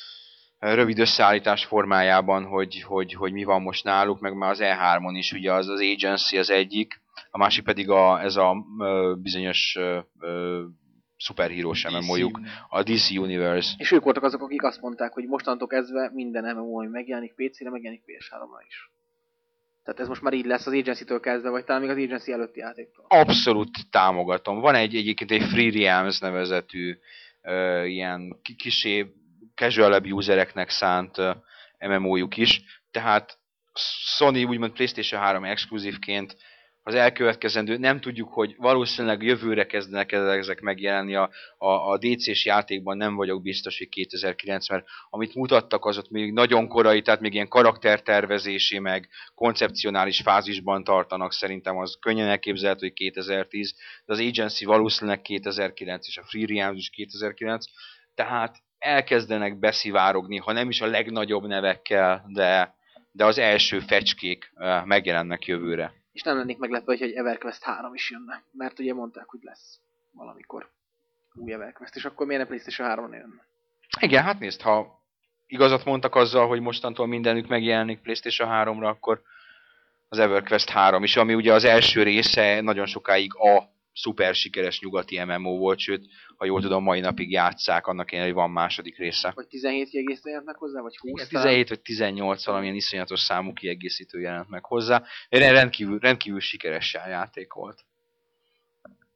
rövid összeállítás formájában, hogy, hogy, hogy mi van most náluk, meg már az E hármon is, ugye az, az Agency az egyik, a másik pedig a, ez a uh, bizonyos uh, uh, szuperhírós em em o-juk, a dé cé Universe.
És ők voltak azok, akik azt mondták, hogy mostantól kezdve minden em em o, ami megjelenik pé cére, megjelenik pé es háromra is. Tehát ez most már így lesz az Agency-től kezdve, vagy talán még az Agency előtti játéktól.
Abszolút támogatom. Van egy egyébként egy Free Realms nevezetű uh, ilyen kisé casual usereknek szánt uh, em em o-juk is. Tehát Sony úgymond PlayStation három exkluzívként az elkövetkezendő, nem tudjuk, hogy valószínűleg jövőre kezdenek ezek megjelenni a, a, a dé cés játékban, nem vagyok biztos, hogy kétezer-kilenc, mert amit mutattak, az ott még nagyon korai, tehát még ilyen karaktertervezési, meg koncepcionális fázisban tartanak, szerintem az könnyen elképzelhető, hogy kétezer-tíz, de az Agency valószínűleg kétezer-kilenc, és a Free Realms is kétezer-kilenc, tehát elkezdenek beszivárogni, ha nem is a legnagyobb nevekkel, de, de az első fecskék megjelennek jövőre.
És nem lennék meglepve, hogy egy EverQuest három is jönne. Mert ugye mondták, hogy lesz valamikor új EverQuest, és akkor miért ne PlayStation háromon jönne?
Igen, hát nézd, ha igazat mondtak azzal, hogy mostantól mindenük megjelenik PlayStation háromra, akkor az EverQuest három is, ami ugye az első része nagyon sokáig a szuper sikeres nyugati em em o volt, sőt, ha jól tudom, mai napig játsszák, annak ellenére, hogy van második része.
Vagy tizenhét kiegészítő jelent meg hozzá, vagy húsz?
Igen, tizenhét vagy tizennyolc valamilyen iszonyatos számú kiegészítő jelent meg hozzá. Rendkívül, rendkívül sikeres játék volt.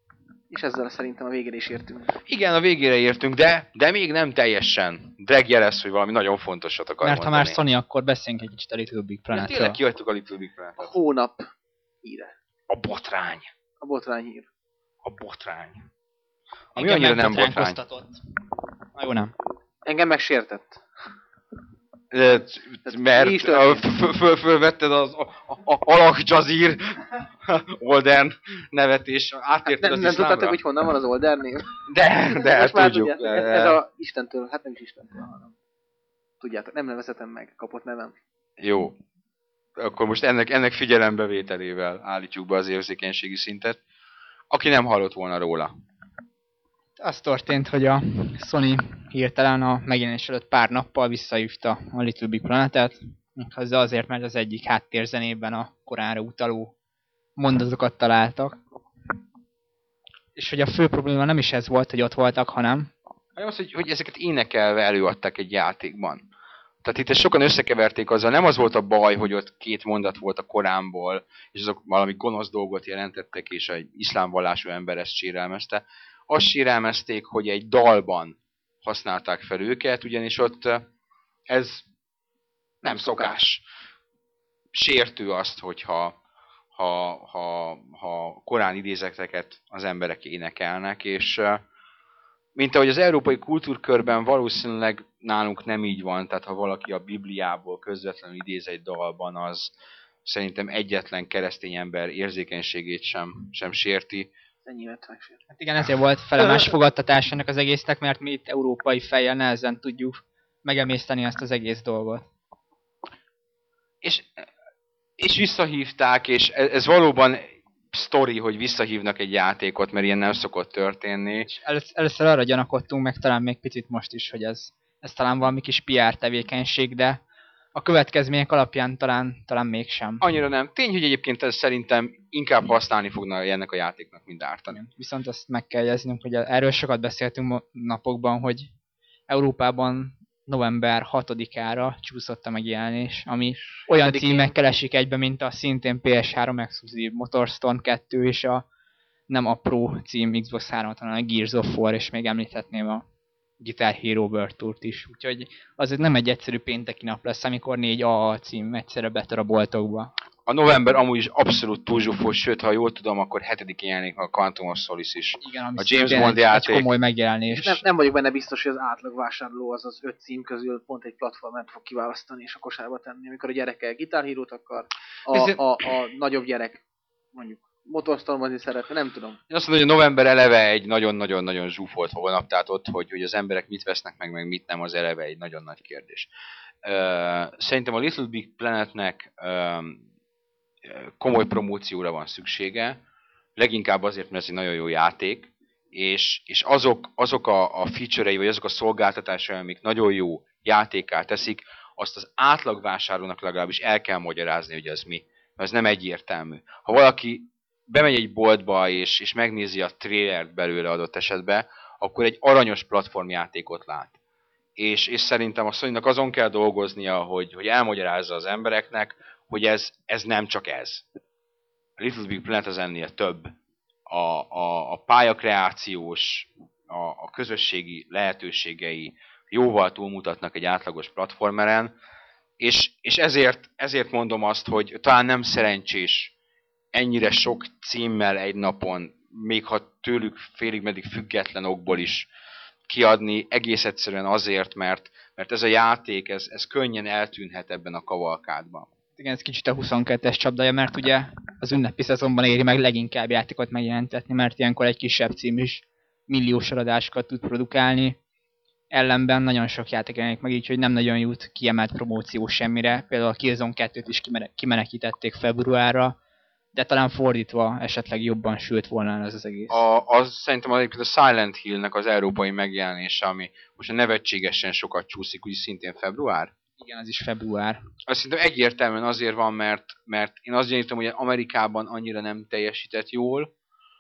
És ezzel szerintem a végére is értünk.
Igen, a végére értünk, de, de még nem teljesen. Drag jelez, hogy valami nagyon fontosat akar
Mert ha
mondani.
már Sony, akkor beszéljünk egy kicsit a Little Big
Ja,
Planet-ről.
tényleg kihagytuk a Little Big
A
Planet-et.
hónap híre.
A botrány.
A botrány hír.
A botrány. Ami
Engem
annyira nem botrány.
megbotránkoztatott. Na jó, nem.
Engem megsértett.
De, mert
mi is
a-
történt?
föl- föl- fölvetted az a- a- a- Alak Jazir Olden nevet, és átérted
Nem,
az
nem
iszlámra.
tudtátok, hogy honnan van az Older név?
De, de,
Most már
tudjuk.
tudjátok, ez, ez a Istentől, hát nem is Istentől, hanem. Tudjátok, nem nevezhetem meg, kapott nevem.
Jó. Akkor most ennek, ennek figyelembevételével állítjuk be az érzékenységi szintet. Aki nem hallott volna róla.
Az történt, hogy a Sony hirtelen a megjelenés előtt pár nappal visszahívta a Little Big Planet-et, méghozzá azért, mert az egyik háttérzenében a Koránra utaló mondatokat találtak. És hogy a fő probléma nem is ez volt, hogy ott voltak, hanem
Hanem az, hogy, hogy ezeket énekelve előadták egy játékban. Tehát itt ezt sokan összekeverték azzal, nem az volt a baj, hogy ott két mondat volt a Koránból, és azok valami gonosz dolgot jelentettek, és egy iszlám vallású ember ezt sérelmezte. Azt sérelmezték, hogy egy dalban használták fel őket, ugyanis ott eh, ez nem szokás. Sértő azt, hogyha ha, ha, ha Korán idézeteket az emberek énekelnek, és eh, mint ahogy az európai kultúrkörben valószínűleg nálunk nem így van, tehát ha valaki a Bibliából közvetlenül idéz egy dalban, az szerintem egyetlen keresztény ember érzékenységét sem, sem sérti.
Enyémet megsért.
hát igen, ezért volt felemás fogadtatás ennek az egésznek, mert mi itt európai fejjel nehezen tudjuk megemészteni ezt az egész dolgot.
És, és visszahívták, és ez, ez valóban sztori, hogy visszahívnak egy játékot, mert ilyen nem szokott történni.
És elősz, először arra gyanakodtunk, meg talán még picit most is, hogy ez, ez talán valami kis pé er tevékenység, de a következmények alapján talán, talán mégsem.
Annyira nem. Tény, hogy egyébként ez szerintem inkább használni fogna ennek a játéknak, mint ártani.
Viszont azt meg kell jegyeznünk, hogy erről sokat beszéltünk mo- napokban, hogy Európában november hatodikára csúszott a megjelenés, ami olyan
hetedikén.
címekkel esik egybe, mint a szintén pé es három exkluzív Motorstorm kettő és a nem a Pro cím Xbox három, hanem a Gears of War, és még említhetném a Guitar Hero World Tourt is. Úgyhogy az nem egy egyszerű pénteki nap lesz, amikor négy á á cím egyszerre betör a boltokba.
A november amúgy is abszolút túlzsúfos, sőt, ha jól tudom, akkor hetedikén jelenik a Quantum of Solace is.
Igen, ami
A James
szintén
Bond
egy, egy
játék.
komoly megjelenés.
És nem, nem vagyok benne biztos, hogy az átlag vásárló az az öt cím közül pont egy platformát fog kiválasztani és a kosárba tenni. Amikor a gyereke Guitar Hero-t akar, a,
Ez-
a, a nagyobb gyerek mondjuk Motorstormozni szeretne, nem tudom.
Én azt mondom, hogy a november eleve egy nagyon-nagyon-nagyon zsúfolt hónap, tehát ott, hogy, hogy az emberek mit vesznek meg, meg mit nem, az eleve egy nagyon nagy kérdés. Uh, szerintem a Little Big Planetnek um, komoly promócióra van szüksége, leginkább azért, mert ez egy nagyon jó játék, és, és azok, azok a, a feature-ei, vagy azok a szolgáltatásai, amik nagyon jó játékká teszik, azt az átlagvásárlónak legalábbis el kell magyarázni, hogy az mi. Mert ez nem egyértelmű. Ha valaki bemegy egy boltba, és, és megnézi a trailert belőle adott esetben, akkor egy aranyos platformjátékot lát. És, és szerintem a Sony-nak azon kell dolgoznia, hogy, hogy elmagyarázza az embereknek, hogy ez, ez nem csak ez. A Little Big Planet az ennél több. A, a, a pályakreációs, a, a közösségi lehetőségei jóval túlmutatnak egy átlagos platformeren, és, és ezért, ezért mondom azt, hogy talán nem szerencsés ennyire sok címmel egy napon, még ha tőlük félig meddig független okból is kiadni, egész egyszerűen azért, mert, mert ez a játék, ez, ez könnyen eltűnhet ebben a kavalkádban.
Igen, ez kicsit a huszonkettes csapdája, mert ugye az ünnepi szezonban éri meg leginkább játékot megjelentetni, mert ilyenkor egy kisebb cím is milliós eladásokat tud produkálni. Ellenben nagyon sok játék jelenik meg így, hogy nem nagyon jut kiemelt promóció semmire. Például a Killzone kettőt is kimene- kimenekítették februárra, de talán fordítva esetleg jobban sült volna ez az egész.
A, az szerintem egyébként a Silent Hill-nek az európai megjelenése, ami most a nevetségesen sokat csúszik, úgy szintén február.
Igen, az is február.
Azt szerintem egyértelműen azért van, mert, mert én azt gyanítom, hogy Amerikában annyira nem teljesített jól,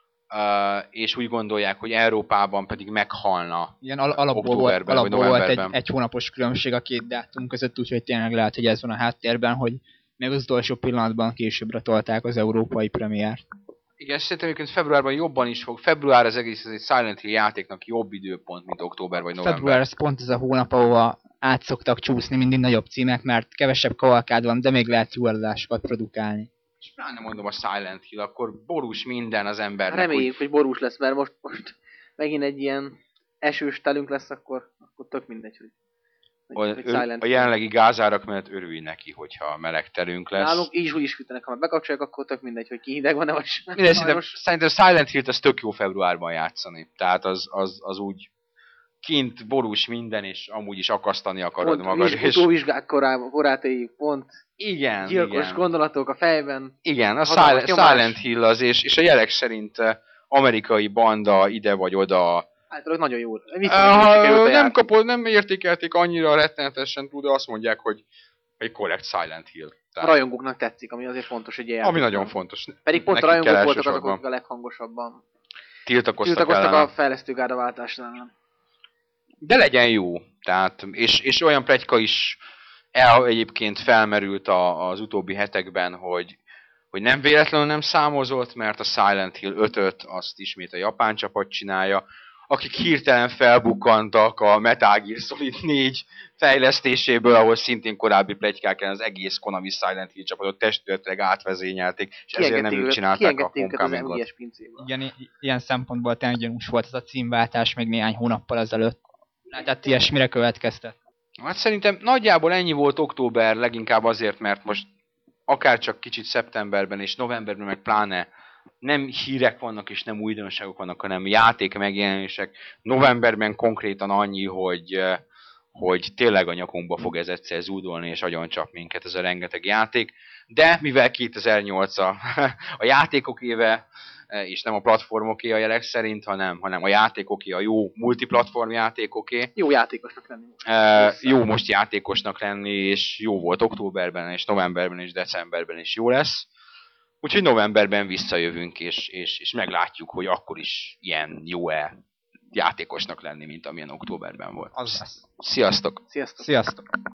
uh, és úgy gondolják, hogy Európában pedig meghalna.
Igen, al- alapból volt,
októberben vagy
alapból volt egy,
novemberben.
egy hónapos különbség a két dátum között, úgyhogy tényleg lehet, hogy ez van a háttérben, hogy még az utolsó pillanatban későbbre tolták az európai premiért.
Igen, szerintem egyébként februárban jobban is fog. Február az egész, ez egy Silent Hill játéknak jobb időpont, mint október vagy november.
Február az pont ez a hónap, ahova át szoktak csúszni mindig nagyobb címek, mert kevesebb kavalkád van, de még lehet jó eladásokat produkálni.
És pláne mondom a Silent Hill, akkor borús minden az embernek.
Reméljük,
úgy...
hogy borús lesz, mert most, most megint egy ilyen esős telünk lesz, akkor, akkor tök mindegy, hogy, hogy,
A,
hogy
ör,
Silent
a jelenlegi gázárak mellett örülj neki, hogyha meleg terünk lesz.
Nálunk így is úgy is fűtenek, ha már bekapcsolják, akkor tök mindegy, hogy ki hideg van-e vagy sem.
Minden, szerintem, szerintem Silent Hill-t az tök jó februárban játszani. Tehát az, az, az úgy kint borús minden, és amúgy is akasztani akarod
pont
magad.
Viz,
És...
utóvizsgák korá, korát éljük, pont
Igen,
gyilkos
igen.
gondolatok a fejben.
Igen, a
Hatalmas
Silent,
nyomás.
Silent Hill az, és, és a jelek szerint eh, amerikai banda ide vagy oda.
Általában nagyon jó.
Uh, nem, kapod, nem értékelték annyira rettenetesen túl, de azt mondják, hogy egy korrekt Silent Hill.
A
Tehát,
rajongóknak tetszik, ami azért fontos, hogy ilyen.
ami nagyon fontos.
Pedig pont a
Nekik kell
rajongók voltak azok,
elsősorban.
akik a leghangosabban
Tiltakoztak,
tiltakoztak
ellene.
a fejlesztő gárdaváltás ellen.
De legyen jó. Tehát, és, és olyan pletyka is el, egyébként felmerült a, az utóbbi hetekben, hogy, hogy nem véletlenül nem számozott, mert a Silent Hill ötöt azt ismét a japán csapat csinálja, akik hirtelen felbukkantak a Metal Gear Solid négy fejlesztéséből, ahol szintén korábbi pletykák ellen az egész Konami Silent Hill csapatot testületileg átvezényelték, és ezért nem ők csinálták a Homecoming-ot.
em i es pincéből.
Igen, i- ilyen szempontból tényleg gyanús volt ez a címváltás még néhány hónappal ezelőtt. Lehetett ilyesmire következtet.
Hát szerintem nagyjából ennyi volt október, leginkább azért, mert most akár csak kicsit szeptemberben és novemberben meg pláne nem hírek vannak és nem újdonságok vannak, hanem játék megjelenések. Novemberben konkrétan annyi, hogy, eh, hogy tényleg a nyakunkba fog ez egyszer zúdolni és agyoncsap minket ez a rengeteg játék. De mivel kétezer-nyolc a, a játékok éve, eh, és nem a platformoké a jelek szerint, hanem, hanem a játékoké, a jó multiplatform játékoké,
Jó játékosnak lenni.
Uh, jó most játékosnak lenni, és jó volt októberben, és novemberben, és decemberben is jó lesz. Úgyhogy novemberben visszajövünk, és, és, és meglátjuk, hogy akkor is ilyen jó-e játékosnak lenni, mint amilyen októberben volt.
Az lesz.
Sziasztok!
Sziasztok!
Sziasztok!